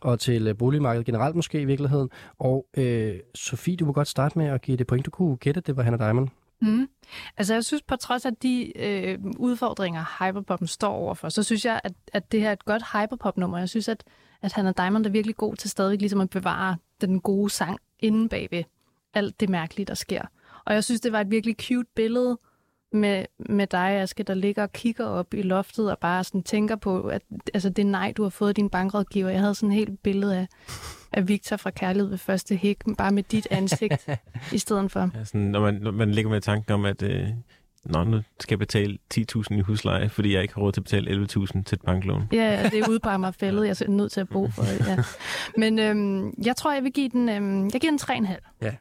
og til boligmarkedet generelt måske i virkeligheden. Og Sofie, du må godt starte med at give det point. Du kunne gætte, det var Hannah Diamond. Altså jeg synes, på trods af de udfordringer, hyperpoppen står overfor, så synes jeg, at det her er et godt hyperpop-nummer. Jeg synes, at Hannah Diamond er virkelig god til stadigvæk ligesom at bevare den gode sang inde bagved alt det mærkelige, der sker. Og jeg synes, det var et virkelig cute billede med dig, Aske, der ligger og kigger op i loftet og bare sådan tænker på, at altså, det nej, du har fået din bankrådgiver. Jeg havde sådan et helt billede af Victor fra Kærlighed ved første hik, bare med dit ansigt i stedet for. Ja, sådan, når man ligger med tanken om, at nu skal jeg betale 10.000 i husleje, fordi jeg ikke har råd til at betale 11.000 til et banklån. Ja, det er ude på mig fældet. Jeg er nødt til at bo for det. Ja. Men jeg tror, jeg vil give den, jeg giver den 3,5. Ja.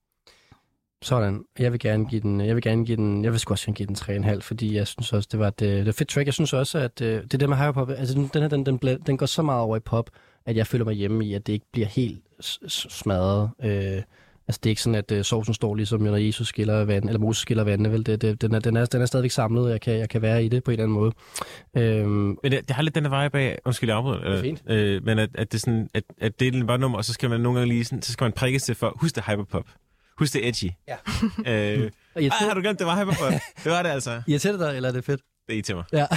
Sådan. Jeg vil sgu også give den 3,5, fordi jeg synes også, det var et fedt track. Jeg synes også, at det der med hyperpop, altså den går så meget over i pop, at jeg føler mig hjemme i, at det ikke bliver helt smadret. Altså det er ikke sådan, at sovsen står ligesom, når Jesus skiller vand, eller Moses skiller vandene, vel? Den er stadigvæk samlet, og jeg kan være i det på en eller anden måde. Men det har lidt denne vibe af, undskyld, jeg afbryder, men at det er sådan, at det er bare nummer, og så skal man nogle gange lige sådan, så skal man prikkes til for, husk det hyperpop. Husk det edgy. Ja. Har du glemt, det var hyperpop? Det var det altså. Irriterer dig, eller er det fedt? Det er i til mig. Ja.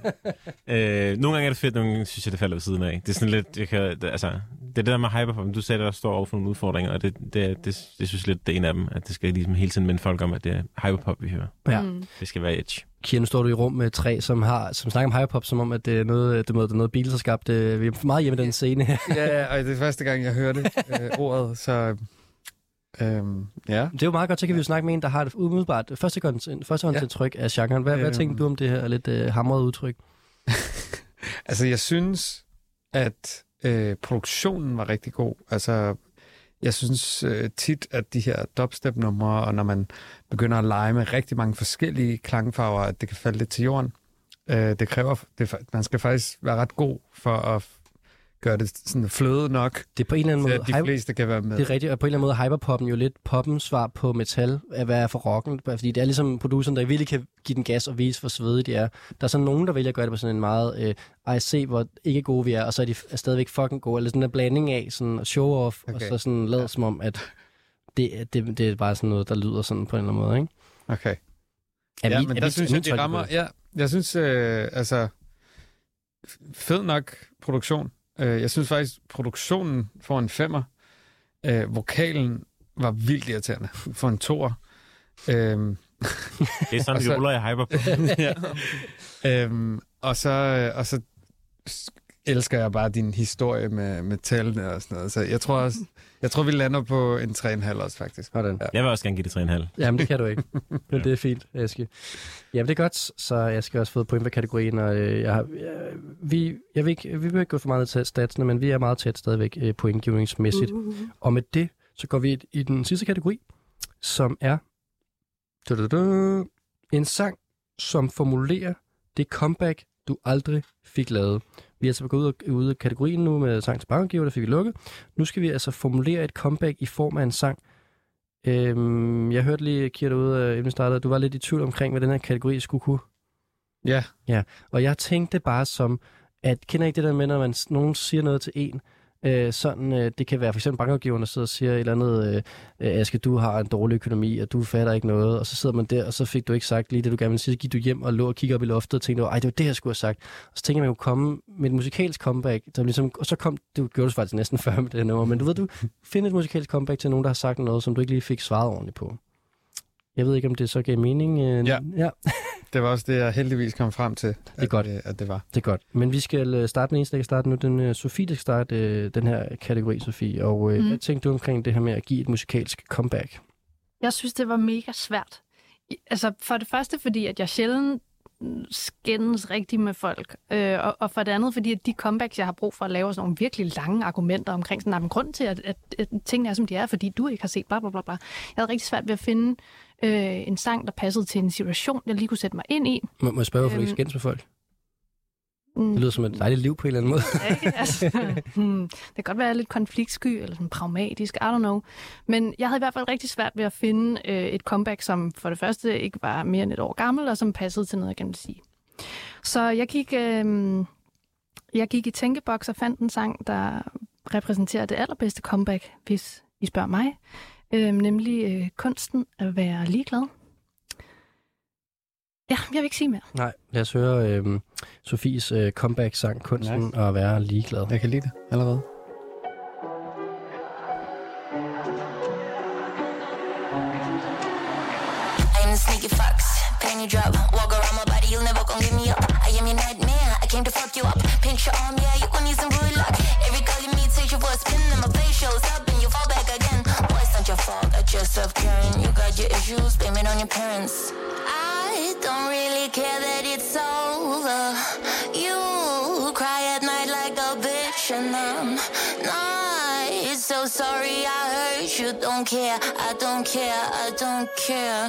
Nogle gange er det fedt, nogle gange synes jeg, det falder ved siden af. Det er sådan lidt, det er det der med hyperpop, du sagde, der står over for nogle udfordringer, og det synes lidt, det er en af dem, at det skal ligesom hele tiden minde folk om, at det er hyperpop, vi hører. Ja. Det skal være edge. Kira, nu står du i rum med 3, som snakker om hyperpop, som om, at det er noget Beatles har skabt. Vi er meget hjemme i den scene her. Ja, og det er første gang, jeg hørte ordet, så... ja. Det er jo meget godt, så kan vi jo snakke med en, der har det umiddelbart førstehåndsindtryk af genren. Hvad tænker du om det her lidt hamrede udtryk? Altså, jeg synes, at produktionen var rigtig god. Altså, jeg synes tit, at de her dubstep-numre, og når man begynder at lege med rigtig mange forskellige klangfarver, at det kan falde lidt til jorden. Det kræver, man skal faktisk være ret god for at gøre det sådan fløde nok, det er på en eller anden måde, de fleste kan være med. Det er rigtigt, og på en eller anden måde er hyperpoppen jo lidt poppens svar på metal, at være for rocken, fordi det er ligesom produceren, der virkelig kan give den gas og vise, hvor svedige de er. Der er sådan nogen, der vælger at gøre det på sådan en meget, se hvor ikke gode vi er, og så er de stadigvæk fucking gode, eller sådan en blanding af sådan show-off, og så sådan lad som om, at det er bare sådan noget, der lyder sådan på en eller anden måde, ikke? Okay. Men der synes jeg, de rammer, jeg synes, altså, fed nok produktion. Jeg synes faktisk, produktionen får en 5'er. Vokalen var vildt irriterende for en 2'er. Det er sådan, vi ruller i hyperpop. Og så elsker jeg bare din historie med tallene og sådan noget. Så jeg tror vi lander på en 3,5 også, faktisk. Ja. Jeg vil også gerne give det 3,5. Jamen, det kan du ikke. Men det er fint, Aske. Jamen, det er godt, så jeg skal også få point på kategorien, og vi vil ikke gå for meget til statsene, men vi er meget tæt stadigvæk pointgivningsmæssigt. Og med det, så går vi i den sidste kategori, som er en sang, som formulerer det comeback, du aldrig fik lavet. Vi er altså gået ud af kategorien nu med sang til bankgiver, der fik vi lukket. Nu skal vi altså formulere et comeback i form af en sang. Jeg hørte lige, Kira, derude, inden vi startede, du var lidt i tvivl omkring, hvad den her kategori skulle kunne. Ja. Ja, og jeg tænkte bare som, at kender ikke det der med, når nogen siger noget til en, det kan være for eksempel bankrådgiveren, der sidder og siger et eller andet, Aske, du har en dårlig økonomi, og du fatter ikke noget, og så sidder man der, og så fik du ikke sagt lige det, du gerne ville sige, så gik du hjem og lå og kigger op i loftet og tænkte, ej, det var det, jeg skulle have sagt. Og så tænker man jo komme med et musikalsk comeback, der ligesom, og så kom, det gjorde du faktisk næsten før med det her nummer, men du ved, du finder et musikalsk comeback til nogen, der har sagt noget, som du ikke lige fik svaret ordentligt på. Jeg ved ikke, om det så gav mening. Ja. Det var også det, jeg heldigvis kom frem til, det er godt. At det var. Det er godt. Men vi skal starte den eneste, der kan starte nu. Den Sofie, der skal starte den her kategori, Sofie. Og hvad tænkte du omkring det her med at give et musikalsk comeback? Jeg synes, det var mega svært. Altså for det første, fordi at jeg sjældent skændes rigtigt med folk. Og for det andet, fordi at de comebacks, jeg har brug for at lave sådan nogle virkelig lange argumenter omkring sådan en grund til, at tingene er, som de er, fordi du ikke har set bla bla bla. Jeg havde rigtig svært ved at finde en sang, der passede til en situation, jeg lige kunne sætte mig ind i. Må jeg spørge, hvorfor du ikke skændes med folk? Det lyder som et dejligt liv på en eller anden måde. Altså, det kan godt være lidt konfliktsky eller sådan pragmatisk, I don't know. Men jeg havde i hvert fald rigtig svært ved at finde et comeback, som for det første ikke var mere end et år gammel, og som passede til noget, jeg gerne vil sige. Så jeg gik i tænkeboks og fandt en sang, der repræsenterer det allerbedste comeback, hvis I spørger mig. Nemlig kunsten at være ligeglad. Ja, jeg vil ikke sige mere. Nej, lad os høre Sofies comeback-sang, kunsten at være ligeglad. Jeg kan lide det allerede. Sneaky fox, penny drop, walk around my body, you'll never gon' get me up. I am your nightmare, I came to fuck you up. Pinch your arm, yeah, you gon' need some good luck. Every call you meet takes you for a spin, and my face shows up and you fall back again. Boy, it's not your fault, I just self-caring. You got your issues, blame it on your parents. I don't really care that it's over. You cry at night like a bitch, and I'm not so sorry I hurt you. Don't care, I don't care, I don't care.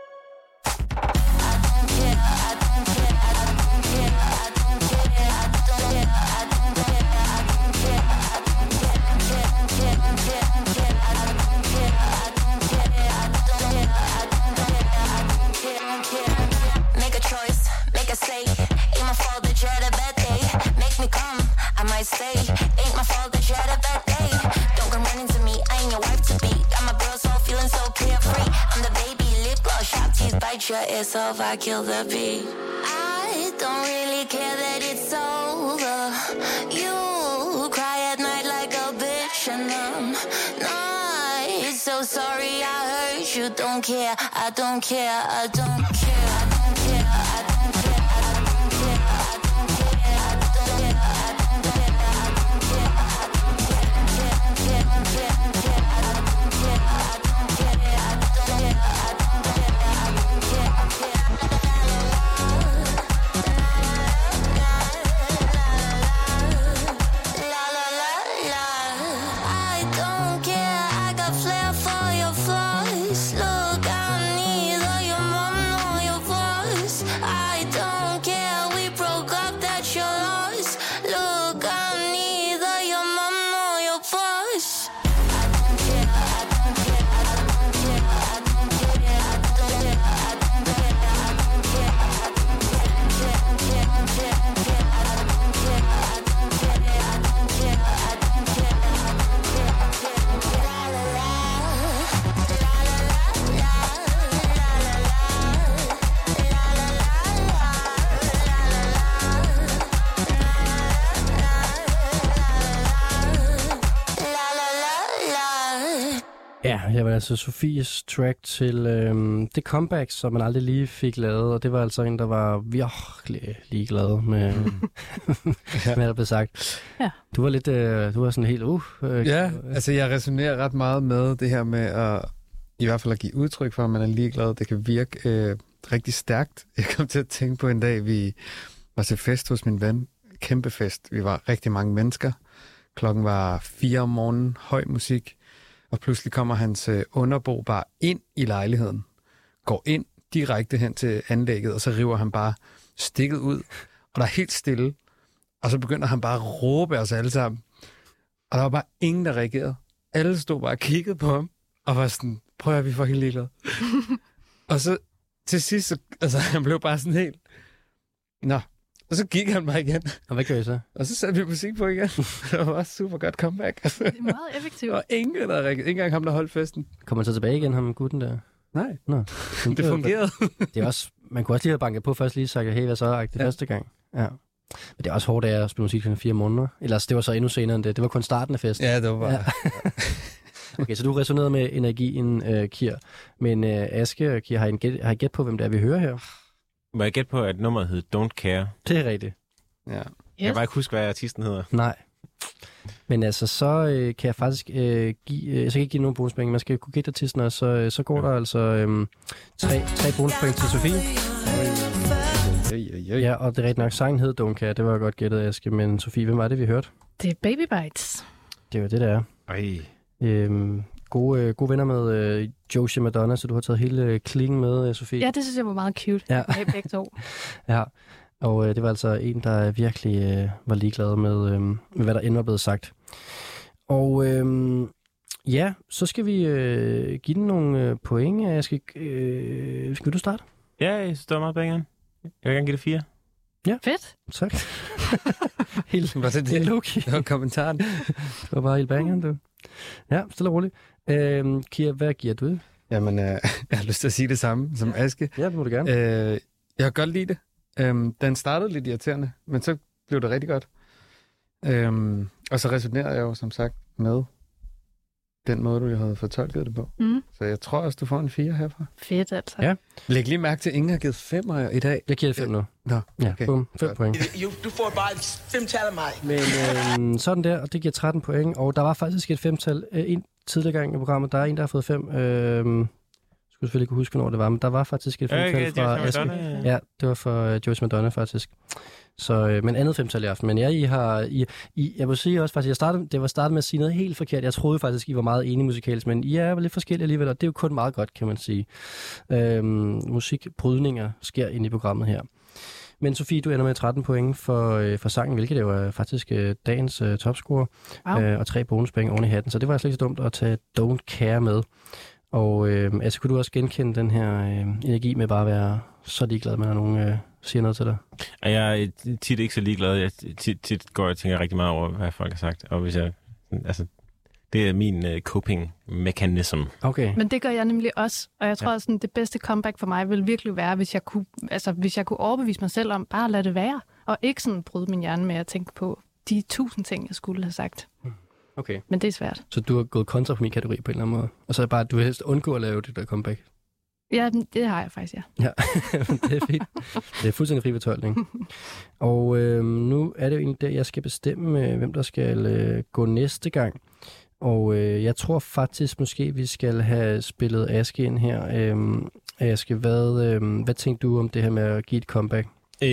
Make a choice, make a say. Ain't my fault that you had a bad day. Make me come, I might stay. Ain't my fault that you had a bad day. Don't come running to me, I ain't your wife to be. Got my bros all feeling so carefree. I'm the baby, lip gloss, sharp teeth, bite your ass off, I kill the beat. I don't really care that it's over. You cry at night like a bitch, and I'm not so sorry I hurt you. Don't care, I don't care, I don't care, I don't care, I don't care, I don't care, I don't care, I don't care, I don't care, I don't care, I don't care, I don't care, I don't care, I don't care, I don't care, I don't care, la la la la. I don't care, I got flair for your flaws. Look, I'm neither your mom nor your voice. I don't care, we broke up, that's your loss. Look, I'm neither your mom nor your voice. I don't care, I don't care, I don't care, I don't care, I don't care, I don't care, I don't care, I don't care, I don't care, I don't care, I don't care, I don't care, I don't care, I don't care, I don't care. La la la, la la la, la la la, la la Ja, jeg var altså Sofies track til det comeback, som man aldrig lige fik lavet, og det var altså en, der var virkelig ligeglad med, hvad der blev sagt. Ja. Du var lidt, du var sådan helt, Ja, altså jeg resonerer ret meget med det her med at, i hvert fald at give udtryk for, at man er ligeglad. Det kan virke rigtig stærkt. Jeg kom til at tænke på en dag, vi var til fest hos min ven. Kæmpe fest. Vi var rigtig mange mennesker. Klokken var 4 om morgenen, høj musik. Og pludselig kommer hans underbo bare ind i lejligheden. Går ind direkte hen til anlægget, og så river han bare stikket ud. Og der er helt stille. Og så begynder han bare at råbe os alle sammen. Og der var bare ingen, der reagerede. Alle stod bare og kiggede på ham. Og var sådan, prøv at vi får helt ligeglade. Og så til sidst, så, altså han blev bare sådan helt... Nå. Og så gik han bare igen. Og hvad gør I så? Og så satte vi musik på igen. Det var også super godt comeback. Det er meget effektivt. Og ingen, der reagerede. Ikke engang ham, der holdt festen. Kommer han så tilbage igen, ham gutten der? Nej. Nå. Det fungerede. Det er også, man kunne også lige have banket på først lige sagt, hey, hvad så? Det første gang. Ja. Men det er også hårdt at spille musik for 4 måneder. Ellers det var så endnu senere end det. Det var kun starten af festen. Ja, det var bare... Ja. Okay, så du resonerede med energien, Kier. Men Aske og Kier, har I gæt på, hvem det er, vi hører her? Må jeg gætte på, at nummeret hed Don't Care? Det er rigtigt. Ja. Jeg kan bare ikke huske, hvad artisten hedder. Nej. Men altså, så kan jeg faktisk jeg skal ikke give nogen bonuspenge. Man skal kunne gætte artisten, og så går der altså 3 bonuspoint til Sofie. Ja, og det er rigtigt nok. Sangen hed Don't Care. Det var godt gættet, Aske. Men Sofie, hvem var det, vi hørte? Det er Baby Bites. Det var det, der er. Gode venner med Josie Madonna, så du har taget hele klingen med, Sofie. Ja, det synes jeg var meget cute. Ja. Begge to. Ja, og det var altså en, der virkelig var ligeglad med, hvad der endnu er blevet sagt. Og ja, så skal vi give den nogle point. Skal du starte? Ja, jeg synes, det var meget begge. Jeg vil gerne give det 4. Ja. Fedt. Tak. Helt, var det low-key. Det var kommentaren. Det var bare helt bangeren, du. Ja, stille og roligt. Kia, hvad giver du? Jamen, jeg har lyst til at sige det samme som Aske. Ja, det må du gerne. Jeg kan godt lide det. Den startede lidt irriterende, men så blev det rigtig godt. Og så resonerede jeg jo som sagt med den måde, du havde fortolket det på. Så jeg tror også, du får en 4 herfra. Fedt, altså. Ja. Læg lige mærke til, at ingen har givet 5'er i dag. Jeg giver det 5 nu. Nå, ja, okay. Boom, 5 point. Du får bare et 5-tal af mig. Men sådan der, og det giver 13 point. Og der var faktisk et 5-tal en tidligere gang i programmet. Der er en, der har fået 5. Skulle selvfølgelig kunne huske, hvornår det var, men der var faktisk et 5-tal fra Aske. Ja, det var for Joyce Madonna faktisk. Så, men andet 5-tal i aften. Men jeg vil sige også faktisk, det var startet med at sige noget helt forkert. Jeg troede faktisk, I var meget enige musikalisk, men I er lidt forskellige alligevel, og det er jo kun meget godt, kan man sige. Musikbrydninger sker inde i programmet her. Men Sofie, du ender med 13 point for sangen, hvilket jo er faktisk dagens topscorer, og 3 bonuspenge oven i hatten. Så det var slet ikke så dumt at tage Don't Care med. Og altså, kunne du også genkende den her energi med bare at være så ligeglad med, når nogen siger noget til dig? Jeg er tit ikke så ligeglad. Jeg tit går og tænker rigtig meget over, hvad folk har sagt. Og hvis jeg... Altså, det er min coping mechanism. Okay. Men det gør jeg nemlig også. Og jeg tror, at det bedste comeback for mig ville virkelig være, hvis jeg kunne overbevise mig selv om bare at lade det være. Og ikke sådan bryde min hjerne med at tænke på de 1000 ting, jeg skulle have sagt. Okay. Men det er svært. Så du har gået kontra på min kategori på en eller anden måde? Og så er bare, du vil helst undgå at lave det der comeback? Ja, det har jeg faktisk, ja. Ja, det er fint. Det er fuldstændig fri fortolkning. Og nu er det jo egentlig der, jeg skal bestemme, hvem der skal gå næste gang. Og jeg tror faktisk, måske vi skal have spillet Aske ind her. Aske, hvad tænkte du om det her med at give et comeback?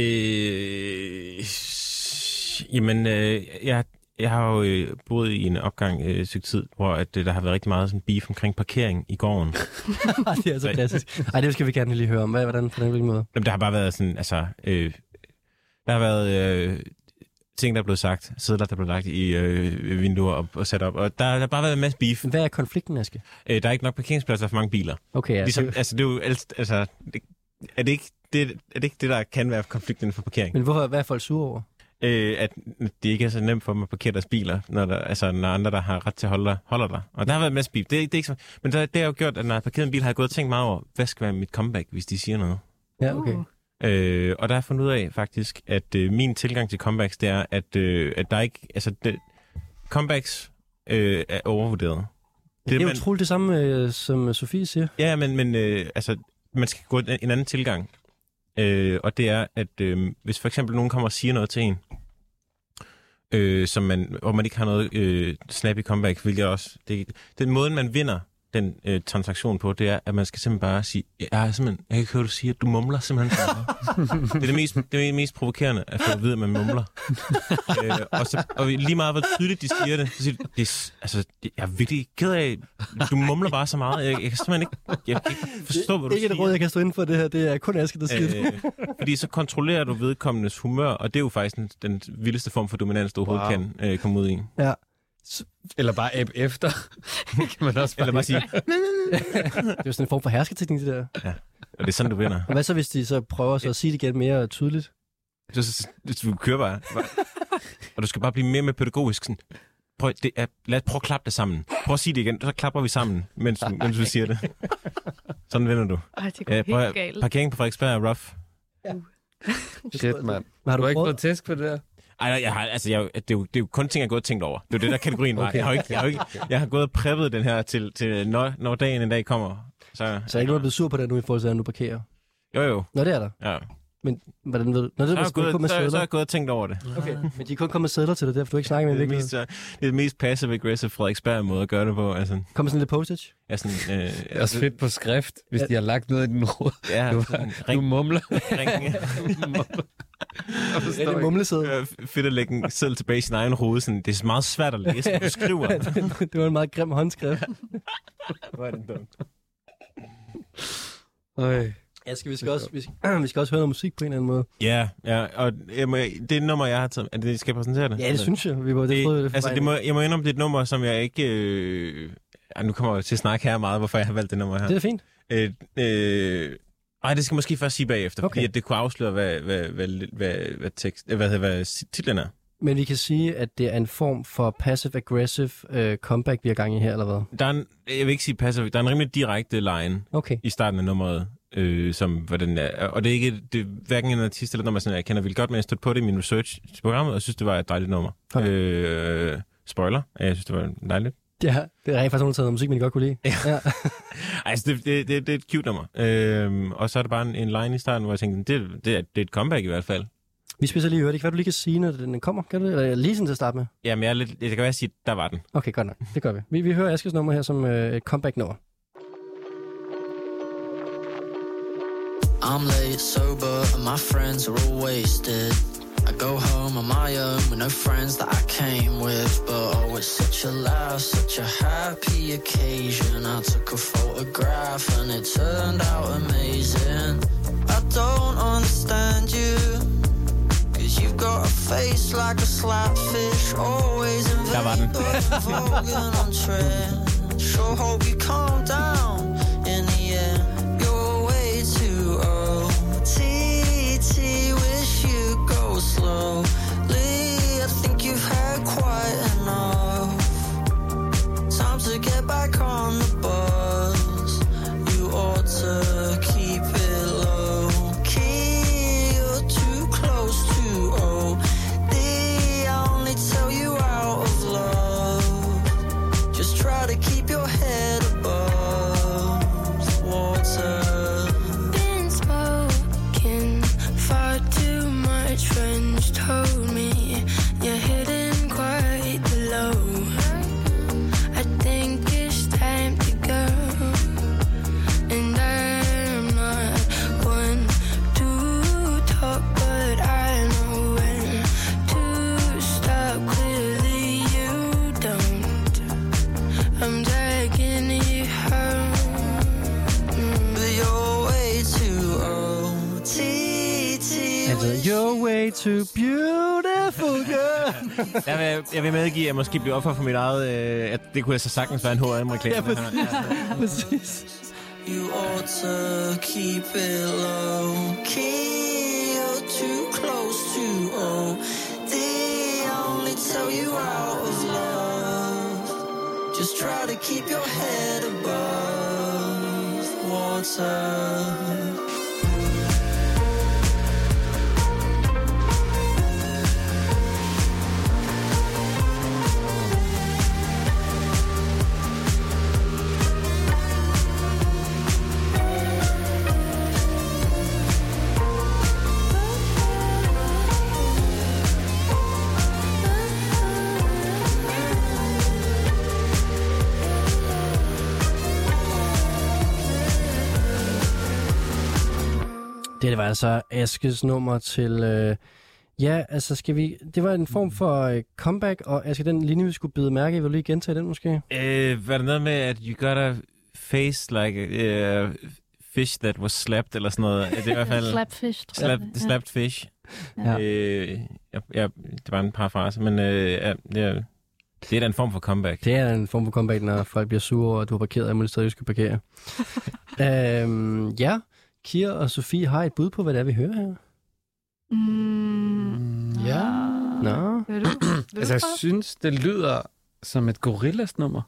Jamen, jeg har jo boet i en opgang et stykke tid, hvor der har været rigtig meget sådan beef omkring parkering i gården. Det er så klassisk. Ej, det skal vi gerne lige høre om. Hvordan på den måde? Jamen, der har bare været sådan, altså... der har været ting, der er blevet sagt. Sædler, der er blevet lagt i vinduer og sat op. Og der har bare været en masse beef. Hvad er konflikten, Aske? Der er ikke nok parkeringspladser for mange biler. Okay, ja. Ligesom, altså, det er jo... Altså, er det ikke det, der kan være konflikten for parkering? Men hvad er folk sure over? At det ikke er så nemt for dem at parkere deres biler, når andre, der har ret til at holder der. Og der har været en masse beef. Det er ikke så, men det har jo gjort, at når jeg har parkeret en bil, har jeg gået og tænkt meget over, hvad skal være mit comeback, hvis de siger noget? Ja, okay. Og der har jeg fundet ud af faktisk, at min tilgang til comebacks, det er, at der ikke... Altså, comebacks er overvurderet. Det er utroligt det samme, som Sofie siger. Ja, men altså, man skal gå en anden tilgang. Og det er, at hvis for eksempel nogen kommer og siger noget til en, hvor man ikke har noget snappy comeback, hvilket også... Den måde, man vinder den transaktion på, det er, at man skal simpelthen bare sige, jeg kan ikke høre, du siger, at du mumler simpelthen. Det er det mest provokerende, at få at vide, at man mumler. Og lige meget, hvor tydeligt de siger det, så siger de, jeg er virkelig ked af, du mumler bare så meget. Jeg kan simpelthen ikke forstå, hvad du siger. Ikke et råd, jeg kan stå inden for det her, det er kun Aske, der siger det. Fordi så kontrollerer du vedkommendes humør, og det er jo faktisk den vildeste form for dominans, du overhovedet kan komme ud i. Ja. Eller bare app efter. Kan man også bare sige. Det er jo sådan en form for hersketeknik, det der. Ja, og det er sådan, du vinder. Og hvad så, hvis de så prøver så at sige det igen mere tydeligt? Du kører bare. Og du skal bare blive mere pædagogisk. Sådan. Prøv at klappe det sammen. Prøv at sige det igen, så klapper vi sammen, mens du siger det. Sådan vinder du. Det går helt galt. Parkering på Frederiksberg er rough. Shit, mand. Har du ikke fået tæsk på det der? Ej, det er jo kun ting, jeg har gået og tænkt over. Det er jo det, der kategorien var. Okay. Jeg har gået og preppet den her til når dagen en dag kommer. Så er ikke nogen blevet sur på det nu, i forhold til, at du parkerer? Jo. Nå, det er der? Ja. Men hvordan ved du? Så har jeg gået og tænkt over det. Okay, men de er kun kommet med sædler til det, derfor du ikke snakker med det. Det er det mest passive-aggressive Frederiksberg-måde at gøre det på. Altså. Kommer sådan lidt postage? Ja, sådan... det er også fedt på skrift, hvis de har lagt noget i din råd. Ja, du mumler. Det er mumlesæde. Fedt at lægge en seddel tilbage i sin egen hoved. Sådan, det er meget svært at læse, når du skriver. Det var en meget grim håndskrift. Hvor er det dumt. Ja, vi skal også høre noget musik på en eller anden måde. Ja, og det nummer, jeg har taget, det skal jeg præsentere det? Ja, det synes jeg. Jeg må indrømme, det er et nummer, som jeg ikke... nu kommer jeg til at snakke her meget, hvorfor jeg har valgt det nummer her. Det er fint. Ej, det skal måske først sige bagefter, fordi at det kunne afsløre, hvad titlen er. Men vi kan sige, at det er en form for passive-aggressive comeback, vi har gang i her, eller hvad? Jeg vil ikke sige passive, der er en rimelig direkte line i starten af nummeret, som hvordan er. Og det er ikke hverken en artist eller nummer, sådan jeg kender vildt godt, men jeg stødte på det i min research til programmet, og synes, det var et dejligt nummer. Okay. Spoiler, jeg synes, det var dejligt. Ja, det er rent faktisk noget musik, man godt kunne lide. Ja. Altså, det er et cute nummer. Og så er det bare en line i starten, hvor jeg tænkte, det er et comeback i hvert fald. Vi spiser lige det. Hvad du lige kan sige, når den kommer? Kan du det? Eller lige sådan til at starte med? Jamen, jeg kan være sige, der var den. Okay, godt nok. Det gør vi. Vi hører Askes nummer her som et comeback-nummer. I'm late, sober, and my friends are all wasted. I go home on my own with no friends that I came with. But oh, it's such a laugh, such a happy occasion. I took a photograph and it turned out amazing. I don't understand you, 'cause you've got a face like a slapfish, always in vain, but voguing on trend. Sure hope you calm down in the end. You're way too old. TT, wish you'd go slowly. I think you've had quite enough. Time to get back on the bus. You ought to keep it low key. You're too close to OD. I only tell you out of love. Just try to keep your head above water. Been smoking far too much. Friends told me you're hitting quite the low. I think it's time to go. And I'm not one to talk, but I know when to stop. Clearly you don't. I'm dragging you home. But you're way too old. TT. Altså, you're way too beautiful, girl. Jeg vil medgive, at jeg måske bliver offer for mit eget, at det kunne altså sagtens være en H&M-reklame. Ja, præcis. You ought to keep it low key. You're too close to OD. I only tell you out of love. Just try to keep your head above water. Det var altså Askes nummer til... ja, altså skal vi... Det var en form for comeback, og Aske, den linje, vi skulle bide mærke i, vil du lige gentage den måske? Var det noget med, at you got a face like a fish that was slapped, eller sådan noget? Det er i hvert fald... Slapped fish. Ja. Det var en parafrase, men det er da en form for comeback. Det er en form for comeback, når folk bliver sure over, at du har parkeret, og må stadig skal parkere. Ja, Kira og Sofie har et bud på, hvad det er, vi hører her. Ja. Nå. Altså, jeg synes, det lyder som et Gorillaz-nummer.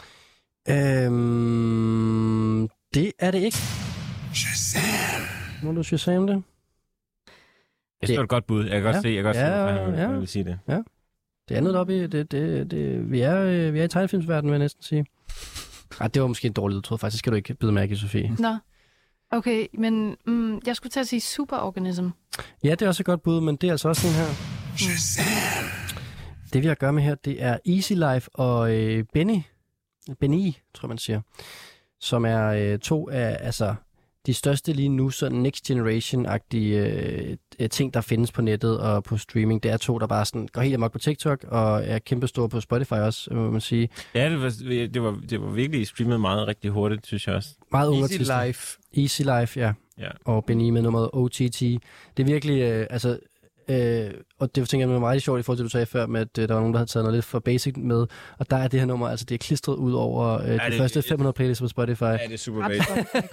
Det er det ikke. Shazam! Må du Shazam det? Jeg synes, det er et godt bud. Jeg kan godt se, jeg vil sige det. Ja. Det andet deroppe i, vi er i tegnefilmsverdenen, vil jeg næsten sige. Det var måske en dårlig udtryk, faktisk. Skal du ikke bide mærke i, Sofie. Nå. Okay, men jeg skulle til at sige Superorganism. Ja, det er også et godt bud, men det er altså også den her. Shazam! Det vi har at gøre med her, det er Easy Life og Benny, tror man siger, som er to af altså de største lige nu, sådan next generation-agtige ting, der findes på nettet og på streaming. Det er to, der bare sådan går helt amok på TikTok og er kæmpestore på Spotify også, må man sige. Ja, det var virkelig streamet meget rigtig hurtigt, synes jeg også. Meget unge Easy Life. Easy Life, ja. Og Benny med nummeret OTT. Det er virkelig, altså og det tænker jeg var meget sjovt i forhold til, du sagde før, med at der var nogen, der havde taget noget lidt for basic med, og der er det her nummer, altså det er klistret ud over de første 500 playlists på Spotify. Ja, det er super basic.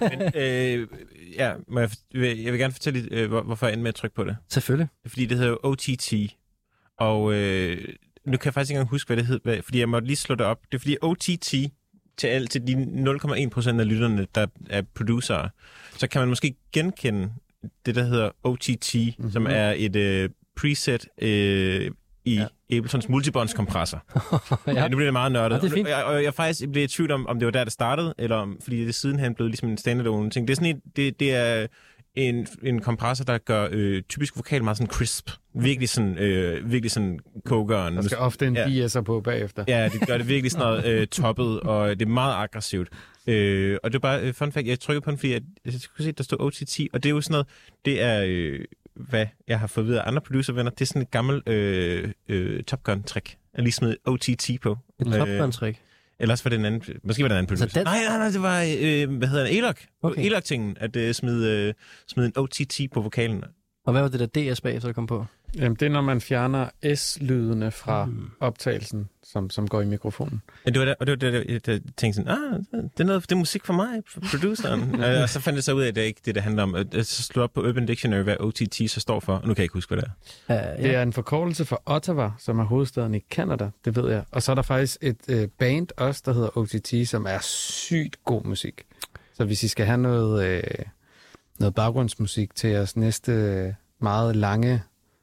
Men, jeg vil gerne fortælle hvorfor jeg endte med at trykke på det. Selvfølgelig. Fordi det hedder OTT, og nu kan jeg faktisk ikke engang huske, hvad det hed, fordi jeg måtte lige slå det op. Det er fordi OTT, til de 0,1% af lytterne, der er producerer, så kan man måske genkende det, der hedder OTT, som er et preset i Abletons multibåndskompressor. Nu bliver det meget nørdet. Ja, det er fint. Og jeg faktisk blev i tvivl om det var der, det startede, eller fordi det sidenhen blev ligesom en standalone ting. Det er sådan det er en kompressor, der gør typisk vokal meget sådan crisp. Virkelig sådan kogeren. Der skal ofte en DS'er på bagefter. Ja, det gør det virkelig sådan noget toppet, og det er meget aggressivt. Og det er bare fun fact, jeg trykkede på den, fordi jeg skulle se, der stod OTT, og det er jo sådan noget, det er, hvad jeg har fået videre af andre producervenner, det er sådan et gammelt Top Gun-trick. Jeg lige smidt OTT på. Et Top Gun-trick? Ellers var det en anden, måske var det en anden producer. Nej, det var, hvad hedder det, Elok. Okay. Elok-tingen, at smide en OTT på vokalen. Og hvad var det der DS bag, så der kom på? Jamen, det er, når man fjerner S-lydene fra optagelsen, som går i mikrofonen. Ja, det var det, jeg tænkte sådan, det er musik for mig, for produceren. Og så fandt jeg så ud af, at det ikke det, der handler om. Så slog op på Urban Dictionary, hvad OTT så står for, og nu kan jeg ikke huske, hvad det er. Det er en forkortelse for Ottawa, som er hovedstaden i Canada, det ved jeg. Og så er der faktisk et band også, der hedder OTT, som er sygt god musik. Så hvis I skal have noget baggrundsmusik til jeres næste meget lange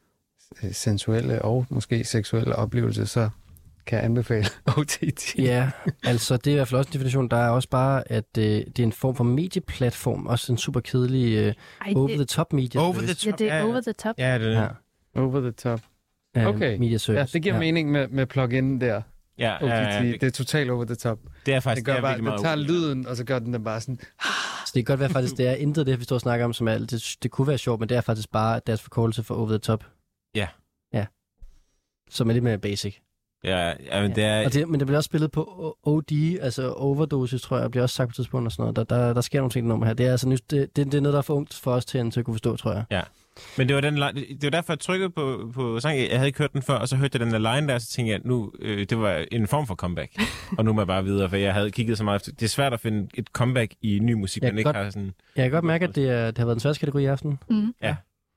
sensuelle og måske seksuelle oplevelse, så kan jeg anbefale OTT. Ja, altså det er i hvert fald også en definition. Der er også bare, at det er en form for medieplatform, også en super kedelig over-the-top medie. Ja, det er over-the-top. Ja, det er det. Over-the-top. Okay, ja, det giver mening med plug-in der. Ja, OTT. Det er totalt over-the-top. Det er faktisk det bare, det tager lyden, og så gør den bare sådan... Så det kan godt være faktisk, det er intet det, vi står og snakker om, som er, det kunne være sjovt, men det er faktisk bare deres forkortelse for over-the-top. Ja. Ja. Som er lidt mere basic. Ja, men det er... Men det bliver også spillet på OD, altså overdosis, tror jeg, bliver også sagt på tidspunkt og sådan noget. Der sker nogle ting nummer her. Det er altså det er noget, der er for ungt for os til at kunne forstå, tror jeg. Ja. Men det var derfor, jeg trykkede på sang. Jeg havde ikke hørt den før, og så hørte jeg den der line der, så tænkte jeg, nu, det var en form for comeback. Og nu må jeg bare videre, for jeg havde kigget så meget efter. Det er svært at finde et comeback i ny musik, man ikke har sådan... Jeg kan godt mærke, at det har været den sværeste kategori i aften. Ja.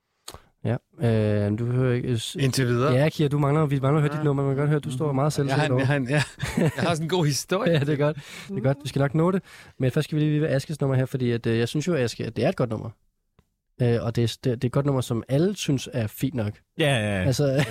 Ja, du hører ikke... Indtil videre. Ja, Kira, vi mangler at høre dit nummer. Man kan godt høre, at du står meget selvsikker over. Jeg har sådan en god historie. Ja, det er godt. Det er godt. Vi skal nok nå det. Men først skal vi lige ved Askes nummer her, fordi at, jeg synes jo, at Aske, det er et godt nummer. Og det er et godt nummer, som alle synes er fint nok. Ja. Altså,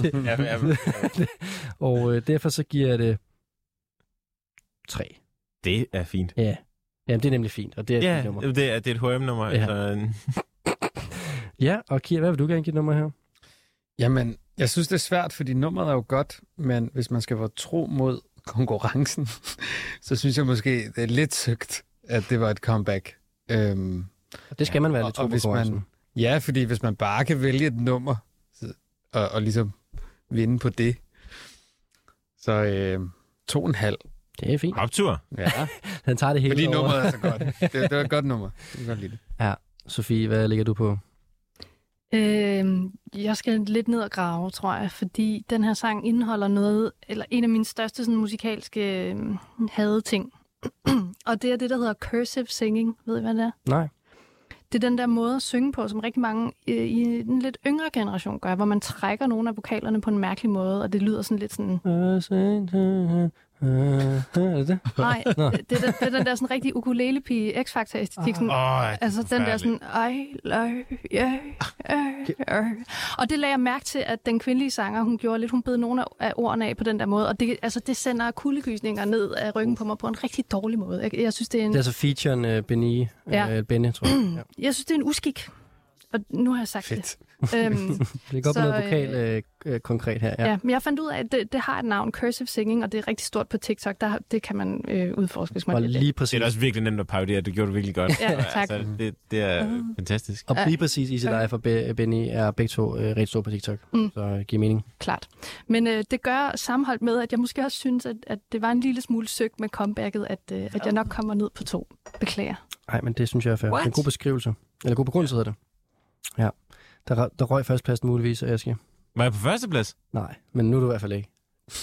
og derfor så giver jeg det 3. Det er fint. Ja. Jamen, det er nemlig fint, og det er et fint nummer. Det er et HM-nummer. Ja. Altså... Ja, og Kira, hvad vil du gerne give et nummer her? Jamen, jeg synes, det er svært, fordi nummeret er jo godt, men hvis man skal være tro mod konkurrencen, så synes jeg måske, det er lidt søgt, at det var et comeback. Og det skal man være lidt tro mod konkurrencen. Ja, fordi hvis man bare kan vælge et nummer, og ligesom vinde på det, så 2,5. Det er fint. Optur. Ja. Han tager det hele fordi over. nummeret er så godt. Det var et godt nummer. Jeg kan godt lide det. Ja. Sofie, hvad ligger du på? Jeg skal lidt ned og grave, tror jeg, fordi den her sang indeholder noget, eller en af mine største sådan, musikalske hadeting. Og det er det, der hedder cursive singing. Ved I, hvad det er? Nej. Det er den der måde at synge på, som rigtig mange i en lidt yngre generation gør, hvor man trækker nogle af vokalerne på en mærkelig måde, og det lyder sådan lidt sådan... Er det det? Nej, det er den der sådan rigtig ukulele-pige X-Factor-æstetik. Altså den der sådan... Og det lagde jeg mærke til, at den kvindelige sanger, hun gjorde lidt, hun bed nogle af ordene af på den der måde, og det sender kuldegysninger ned af ryggen på mig på en rigtig dårlig måde. Jeg synes, det er en... Det er altså featuren Benny, Benny, tror jeg. Ja. Jeg synes, det er en uskik. Og nu har jeg sagt det. Det går på noget vokal konkret her. Ja, men jeg fandt ud af, at det har et navn, cursive singing, og det er rigtig stort på TikTok. Det kan man udforske, hvis man vil lige præcis. Det er også virkelig nemt at parodere. Du gjorde det virkelig godt. Ja, tak. Altså, det er fantastisk. Og lige præcis Easy Life og Benny er begge to rigtig store på TikTok, så giver mening. Klart. Men det gør sammenholdt med, at jeg måske også synes, at det var en lille smule søgt med comebacket, at jeg nok kommer ned på 2. Beklager. Nej, men det synes jeg er fair. En god beskrivelse. Eller god begrundelse hedder det. Ja. Der røg førstepladsen muligvis, Aske. Var jeg på førsteplads? Nej, men nu er du i hvert fald ikke.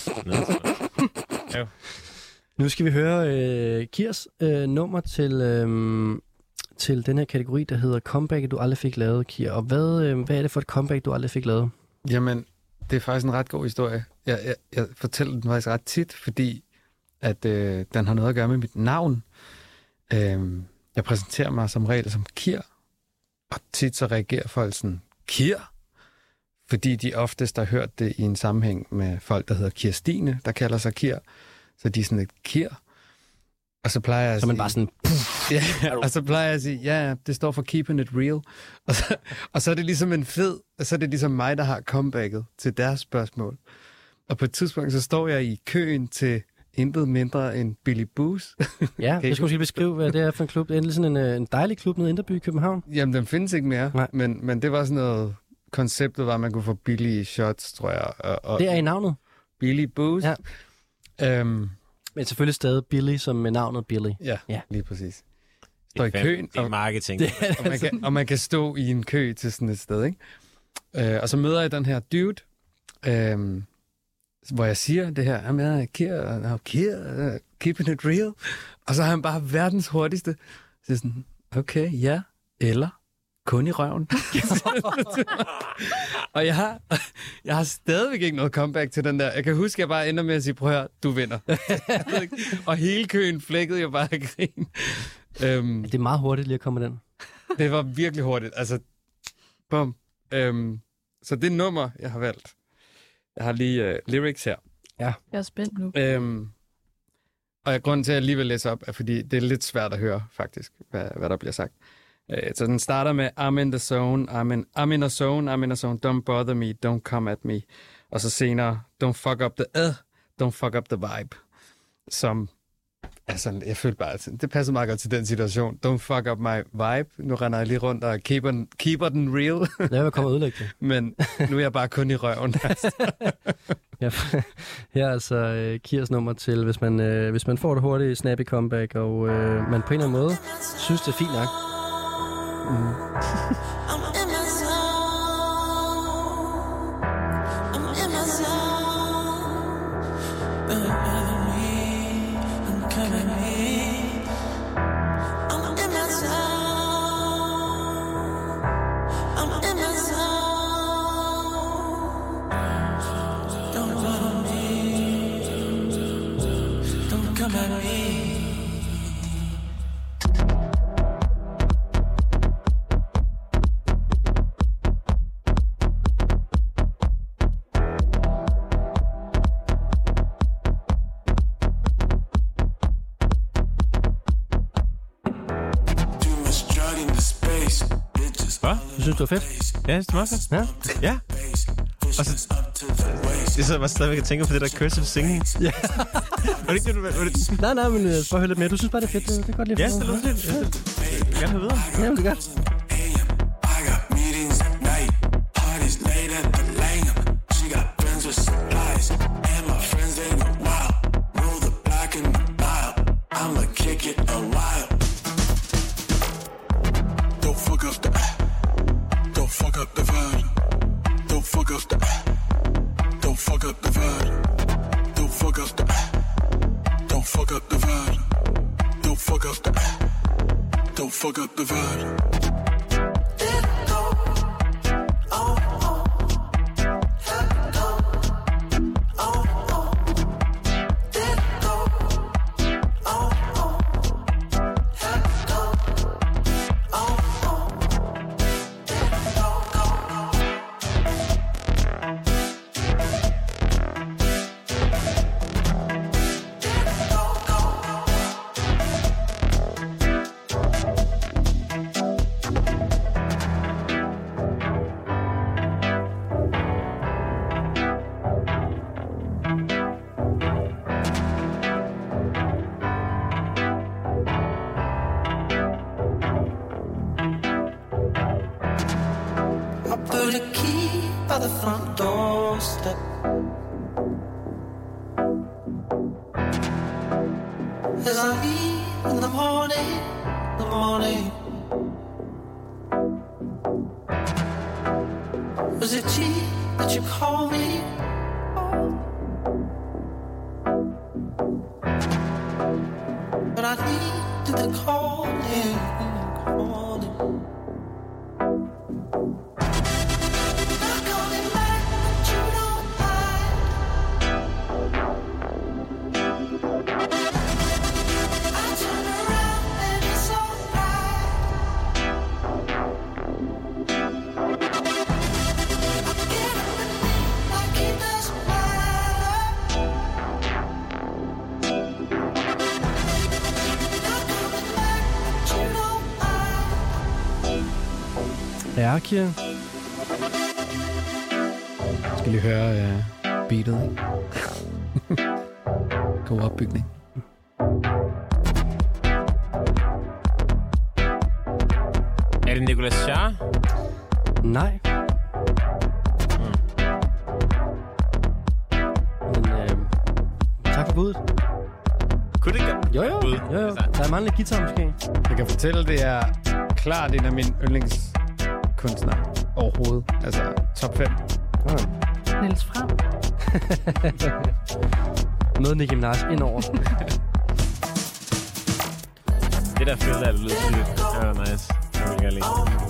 Jo. Nu skal vi høre Kirs nummer til den her kategori, der hedder Comeback, du aldrig fik lavet, Kir. Og hvad er det for et comeback, du aldrig fik lavet? Jamen, det er faktisk en ret god historie. Jeg fortæller den faktisk ret tit, fordi at den har noget at gøre med mit navn. Jeg præsenterer mig som regel som Kir, og tit så reagerer folk sådan, Kir? Fordi de oftest har hørt det i en sammenhæng med folk, der hedder Kirstine, der kalder sig Kir. Så de er sådan lidt Kir. Og så plejer jeg at sige... Så man bare sådan... Ja, og så plejer jeg at sige, ja, det står for keeping it real. Og så er det ligesom en fed... Så er det ligesom mig, der har comebacket til deres spørgsmål. Og på et tidspunkt, så står jeg i køen til intet mindre end Billy Boos. Ja, jeg skulle måske beskrive, hvad det er for en klub. Det er sådan en dejlig klub nede i Indreby i København. Jamen, den findes ikke mere. Men det var sådan noget... Konceptet var, at man kunne få billige shots, tror jeg. Og det er i navnet? Billy Boos. Ja. Men selvfølgelig stadig Billy, som med navnet Billy. Ja, lige præcis. Står i køen. Det er marketing. Og man kan stå i en kø til sådan et sted, ikke? Og så møder jeg den her dude, hvor jeg siger det her, jamen jeg er Kir, keeping it real. Og så har han bare verdens hurtigste. Så sådan, okay, ja, eller kun i røven. Og jeg har stadigvæk ikke noget comeback til den der. Jeg kan huske, at jeg bare ender med at sige, prøv at høre, du vinder. Og hele køen flækkede jeg bare af grin. Det er meget hurtigt lige at komme med den. Det var virkelig hurtigt. Altså, bum. Så det nummer, jeg har valgt. Jeg har lige lyrics her. Ja. Jeg er spændt nu. Og grunden til, at jeg lige vil læse op, er, fordi det er lidt svært at høre, faktisk, hvad der bliver sagt. Så den starter med, I'm in the zone, I'm in a zone, don't bother me, don't come at me. Og så senere, don't fuck up the vibe. Som, altså, jeg følte bare, altså, det passer meget godt til den situation. Don't fuck up my vibe. Nu render jeg lige rundt og keeper den real. Jeg vil komme og ødelægge det. Men nu er jeg bare kun i røven. Ja, her er altså Kirs nummer til, hvis man får det hurtigt snappy comeback, og man på en eller anden måde synes, det er fint nok. Du synes, det var fedt? Ja, det var meget fedt. Ja. Og så... Jeg sidder bare stadigvæk og tænker på det der cursive singing. Ja. Var det ikke det, du... Nej, men jeg skal bare høre lidt mere. Du synes bare, det er fedt. Det er godt lige at få. Ja, det er lidt. Jeg vil gerne høre videre. Ja, det er godt. Fuck up the vibe. by the front doorstep. As I leave in the morning, Was it cheap that you called me? But I needed to call in. Ja, Kira. Skal lige høre beatet, ikke? God opbygning. Er det Nicolas Charre? Nej. Men tak for budet. Kunne det ikke? Jo. Der er mange guitar måske. Jeg kan fortælle, det er klart en af mine yndlingskunstnere overhovedet. Altså top 5. Niels Fram. Noget Nicki Minaj indover. Det der følte af det lyder sygt. Det var nice. Det vil jeg lide.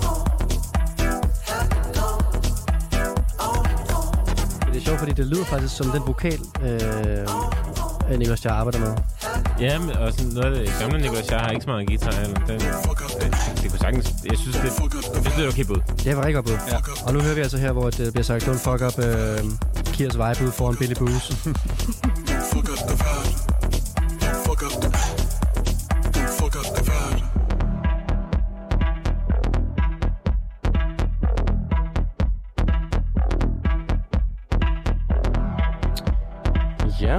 Det er sjovt, fordi det lyder faktisk som den vokal, Nicolas Charre arbejder med. Ja, men og sådan noget af det gamle Nicolas Charre har ikke så meget guitar. Det kunne sagtens... Jeg synes, det er okay bud. Det var rigtig godt bud. Ja. Og nu hører vi altså her, hvor det bliver sagt, don't fuck up Kiers vibe ude foran Billy Booze. Ja.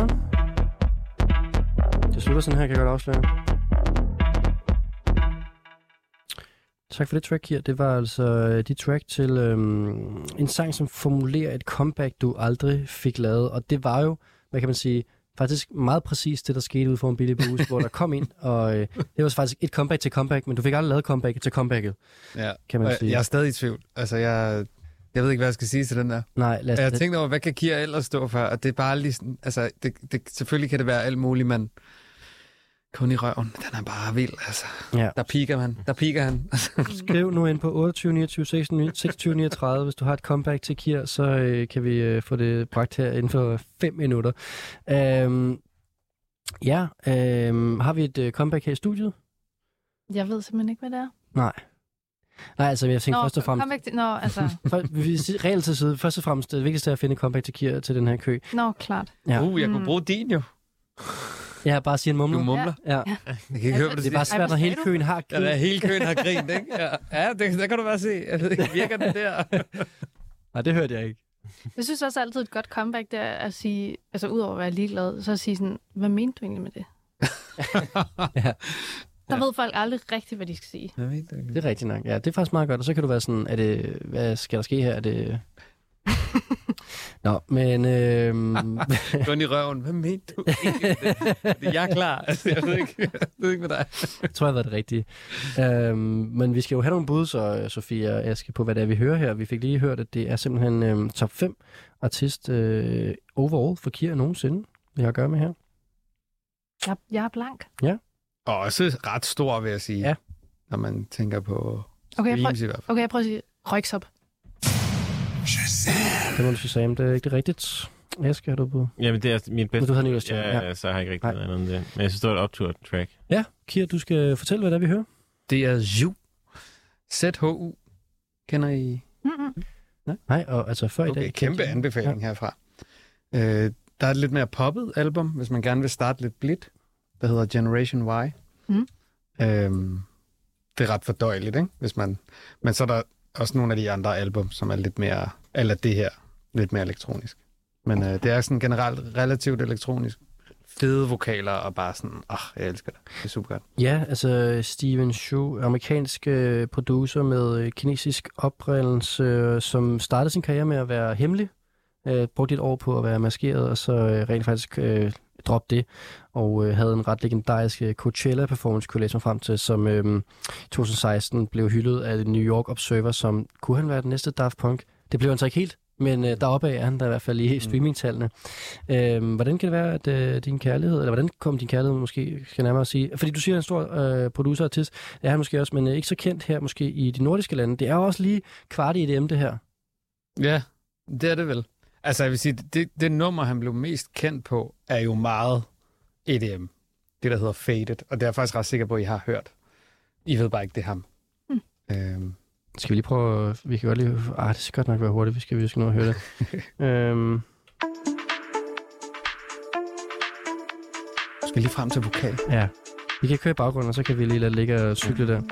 Det slutter sådan her, kan jeg godt afsløre. Tak for det track her. Det var altså dit track til en sang, som formulerer et comeback, du aldrig fik lavet. Og det var jo, hvad kan man sige, faktisk meget præcis det, der skete ude foran Billy Booze, hvor der kom ind. Og det var faktisk et comeback til comeback, men du fik aldrig lavet comeback til comebacket. Ja, kan man sige. Jeg er stadig i tvivl. Altså, jeg ved ikke, hvad jeg skal sige til den der. Nej, lad os... Jeg tænkte over, hvad kan Kira ellers stå for? Og det er bare lige sådan, altså, selvfølgelig kan det være alt muligt, men kun i røven, den er bare vild, altså. Ja. Der piker han. Skriv nu ind på 28 29 26 39, hvis du har et comeback til Kira, så kan vi få det bragt her inden for 5 minutter. Har vi et comeback her i studiet? Jeg ved simpelthen ikke, hvad det er. Nej, altså jeg tænker først og fremmest... Comeback til... Reelt til side, først og fremmest, det vigtigste er at finde comeback til Kira til den her kø. Klart. Ja. Jeg kunne bruge din jo. Ja, bare sige en mumler. Du mumler? Ja. Jeg kan ikke høre, hvad det er bare svært, når hele køen har grint. Ja, hele køen har grint, ikke? Ja, det kan du bare se. Jeg ved ikke, virker den der? Nej, det hørte jeg ikke. Jeg synes også altid et godt comeback, det er at sige, altså udover at være ligeglad, så at sige sådan, hvad mente du egentlig med det? Ja. Der ved folk aldrig rigtigt, hvad de skal sige. Det er rigtigt nok. Ja, det er faktisk meget godt. Og så kan du være sådan, hvad skal der ske her? Er det... Nå, men... Gå i røven. Hvad mente du? Jeg er klar. Altså, jeg ved ikke med dig. Jeg tror, jeg har været det rigtige. Men vi skal jo have nogle bud, så Sofie og Aske, på hvad det er, vi hører her. Vi fik lige hørt, at det er simpelthen top 5 artist overall for Kira nogensinde, vi har at gøre med her. Jeg er blank. Ja. Og også ret stor, vil jeg sige. Ja. Når man tænker på streams i hvert fald. Okay, jeg prøver at sige Røgshop. Det må du sige, det er ikke det rigtigt. Aske, har du på? Jamen, det er min bedste. Men du har Nicolas Charre. Ja, så har jeg ikke rigtig noget andet end det. Men jeg synes, det var et optur-track. Ja, Kira, du skal fortælle, hvad det er, vi hører. Det er ZHU. ZHU. Kender I? Nej, og altså før i dag... Kæmpe anbefaling herfra. Der er et lidt mere poppet album, hvis man gerne vil starte lidt blidt. Der hedder Generation Y. Det er ret fordøjeligt, ikke? Men så er der også nogle af de andre album, som er lidt mere, eller det her, lidt mere elektronisk. Men det er sådan generelt relativt elektronisk. Fede vokaler og bare sådan, jeg elsker det. Det er super godt. Ja, altså Steven Chu, amerikansk producer med kinesisk oprindelse, som startede sin karriere med at være hemmelig. Brugte et år på at være maskeret, og så rent faktisk droppede det, og havde en ret legendarisk Coachella-performance, kunne jeg læse mig frem til, som i 2016 blev hyldet af New York Observer, som kunne han være den næste Daft Punk. Det blev han så ikke helt, men deroppe er han der i hvert fald i streamingtallene. Hvordan kan det være, at din kærlighed, eller hvordan kom din kærlighed måske, skal nærmere sige, fordi du siger, en stor producer-artist, det er han måske også, men ikke så kendt her måske i de nordiske lande. Det er jo også lige kvart i EDM, det her. Ja, det er det vel. Altså, jeg vil sige, det nummer, han blev mest kendt på, er jo meget EDM. Det, der hedder Faded, og det er jeg faktisk ret sikker på, at I har hørt. I ved bare ikke, det er ham. Skal vi lige prøve... Vi kan godt lige... det skal godt nok være hurtigt. Vi skal nå at høre det. Skal lige frem til vokal. Ja. Vi kan køre i baggrunden, og så kan vi lige lade ligge og cykle der.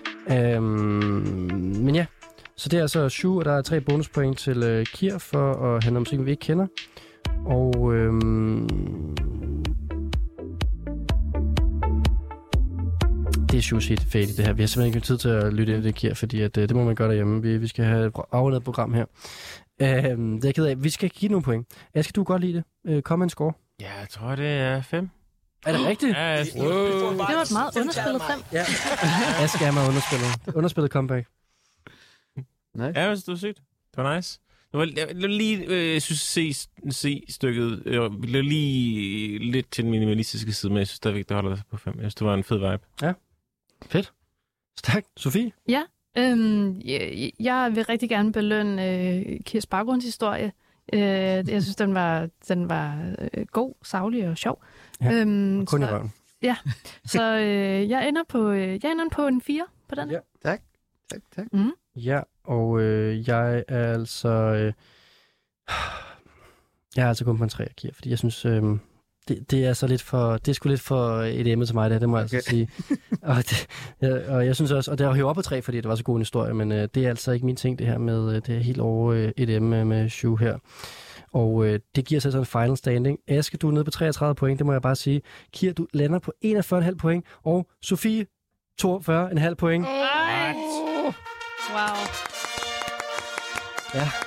Men ja, så det er altså 7, og der er 3 bonuspoint til Kier for at handle om musik, vi ikke kender. Og... det er Shushet Fade, det her. Vi har simpelthen ikke tid til at lytte ind i det, Kier, fordi at, det må man gøre derhjemme. Vi skal have et afrundet program her. Det er jeg ked af. Vi skal give nogle point. Aske, du godt lide det. Kom med en score. Ja, jeg tror, det er 5. Er det rigtigt? Ja, Det var et meget underspillet 5. Ja. Aske er meget underspillet. Underspillet comeback. Nej. Ja, det var sygt. Det var nice. Jeg lige, se stykket, blev lige lidt til den minimalistiske side, men jeg synes stadigvæk, det holder sig på 5. Jeg synes, det var en fed vibe. Ja. Fedt. Stærkt. Sofie? Ja. Jeg vil rigtig gerne belønne Kiers baggrundshistorie. Jeg synes, den var god, saglig og sjov. Ja, kun i røven. Ja, så jeg ender på en 4 på den. Ja, tak. Mm. Ja, og jeg er altså... jeg er altså kun på en 3, Kier, fordi jeg synes... Det er så lidt for... Det er sgu lidt for EDM'et til mig, det må jeg altså sige. Og jeg synes også... Og det er jo op på 3, fordi det var så god en historie, men det er altså ikke min ting, det her med... Det er helt over EDM med Shu her. Og det giver sig så en final standing. Aske, du er nede på 33 point, det må jeg bare sige. Kier, du lander på 41,5 point, og Sofie, 42,5 point. Wow. Ja.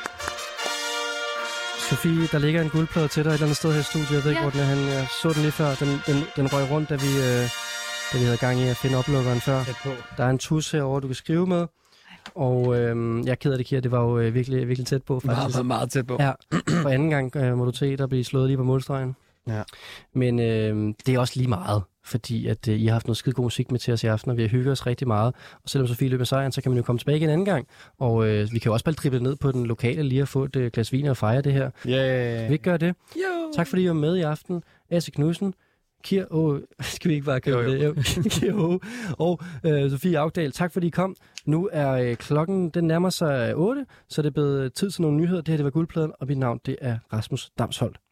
Sofie, der ligger en guldplade til dig et eller andet sted her i studiet. Jeg ved ikke, hvor den er. Jeg så den lige før. Den røg rundt, da vi havde gang i at finde oplukkeren før. Der er en tus herovre, du kan skrive med. Og jeg er ked af det, Kier. Det var jo virkelig, virkelig tæt på. Faktisk. Meget tæt på. Ja. For anden gang må du til at blive slået lige på målstregen. Ja. Men det er også lige meget, fordi at I har haft noget skide god musik med til os i aften, og vi har hygget os rigtig meget. Og selvom Sofie løber sejren, så kan man jo komme tilbage igen en anden gang. Og vi kan jo også bare drible ned på den lokale lige at få et glas vin og fejre det her. Yeah. Skal vi ikke gøre det? Jo. Tak fordi I var med i aften. Asse Knudsen, Kier, skal vi ikke bare køre det? Jo. Og Sofie Augdal, tak fordi I kom. Nu er klokken, den nærmer sig 8, så det er blevet tid til nogle nyheder. Det her, det var Guldpladen, og mit navn, det er Rasmus Damsholdt.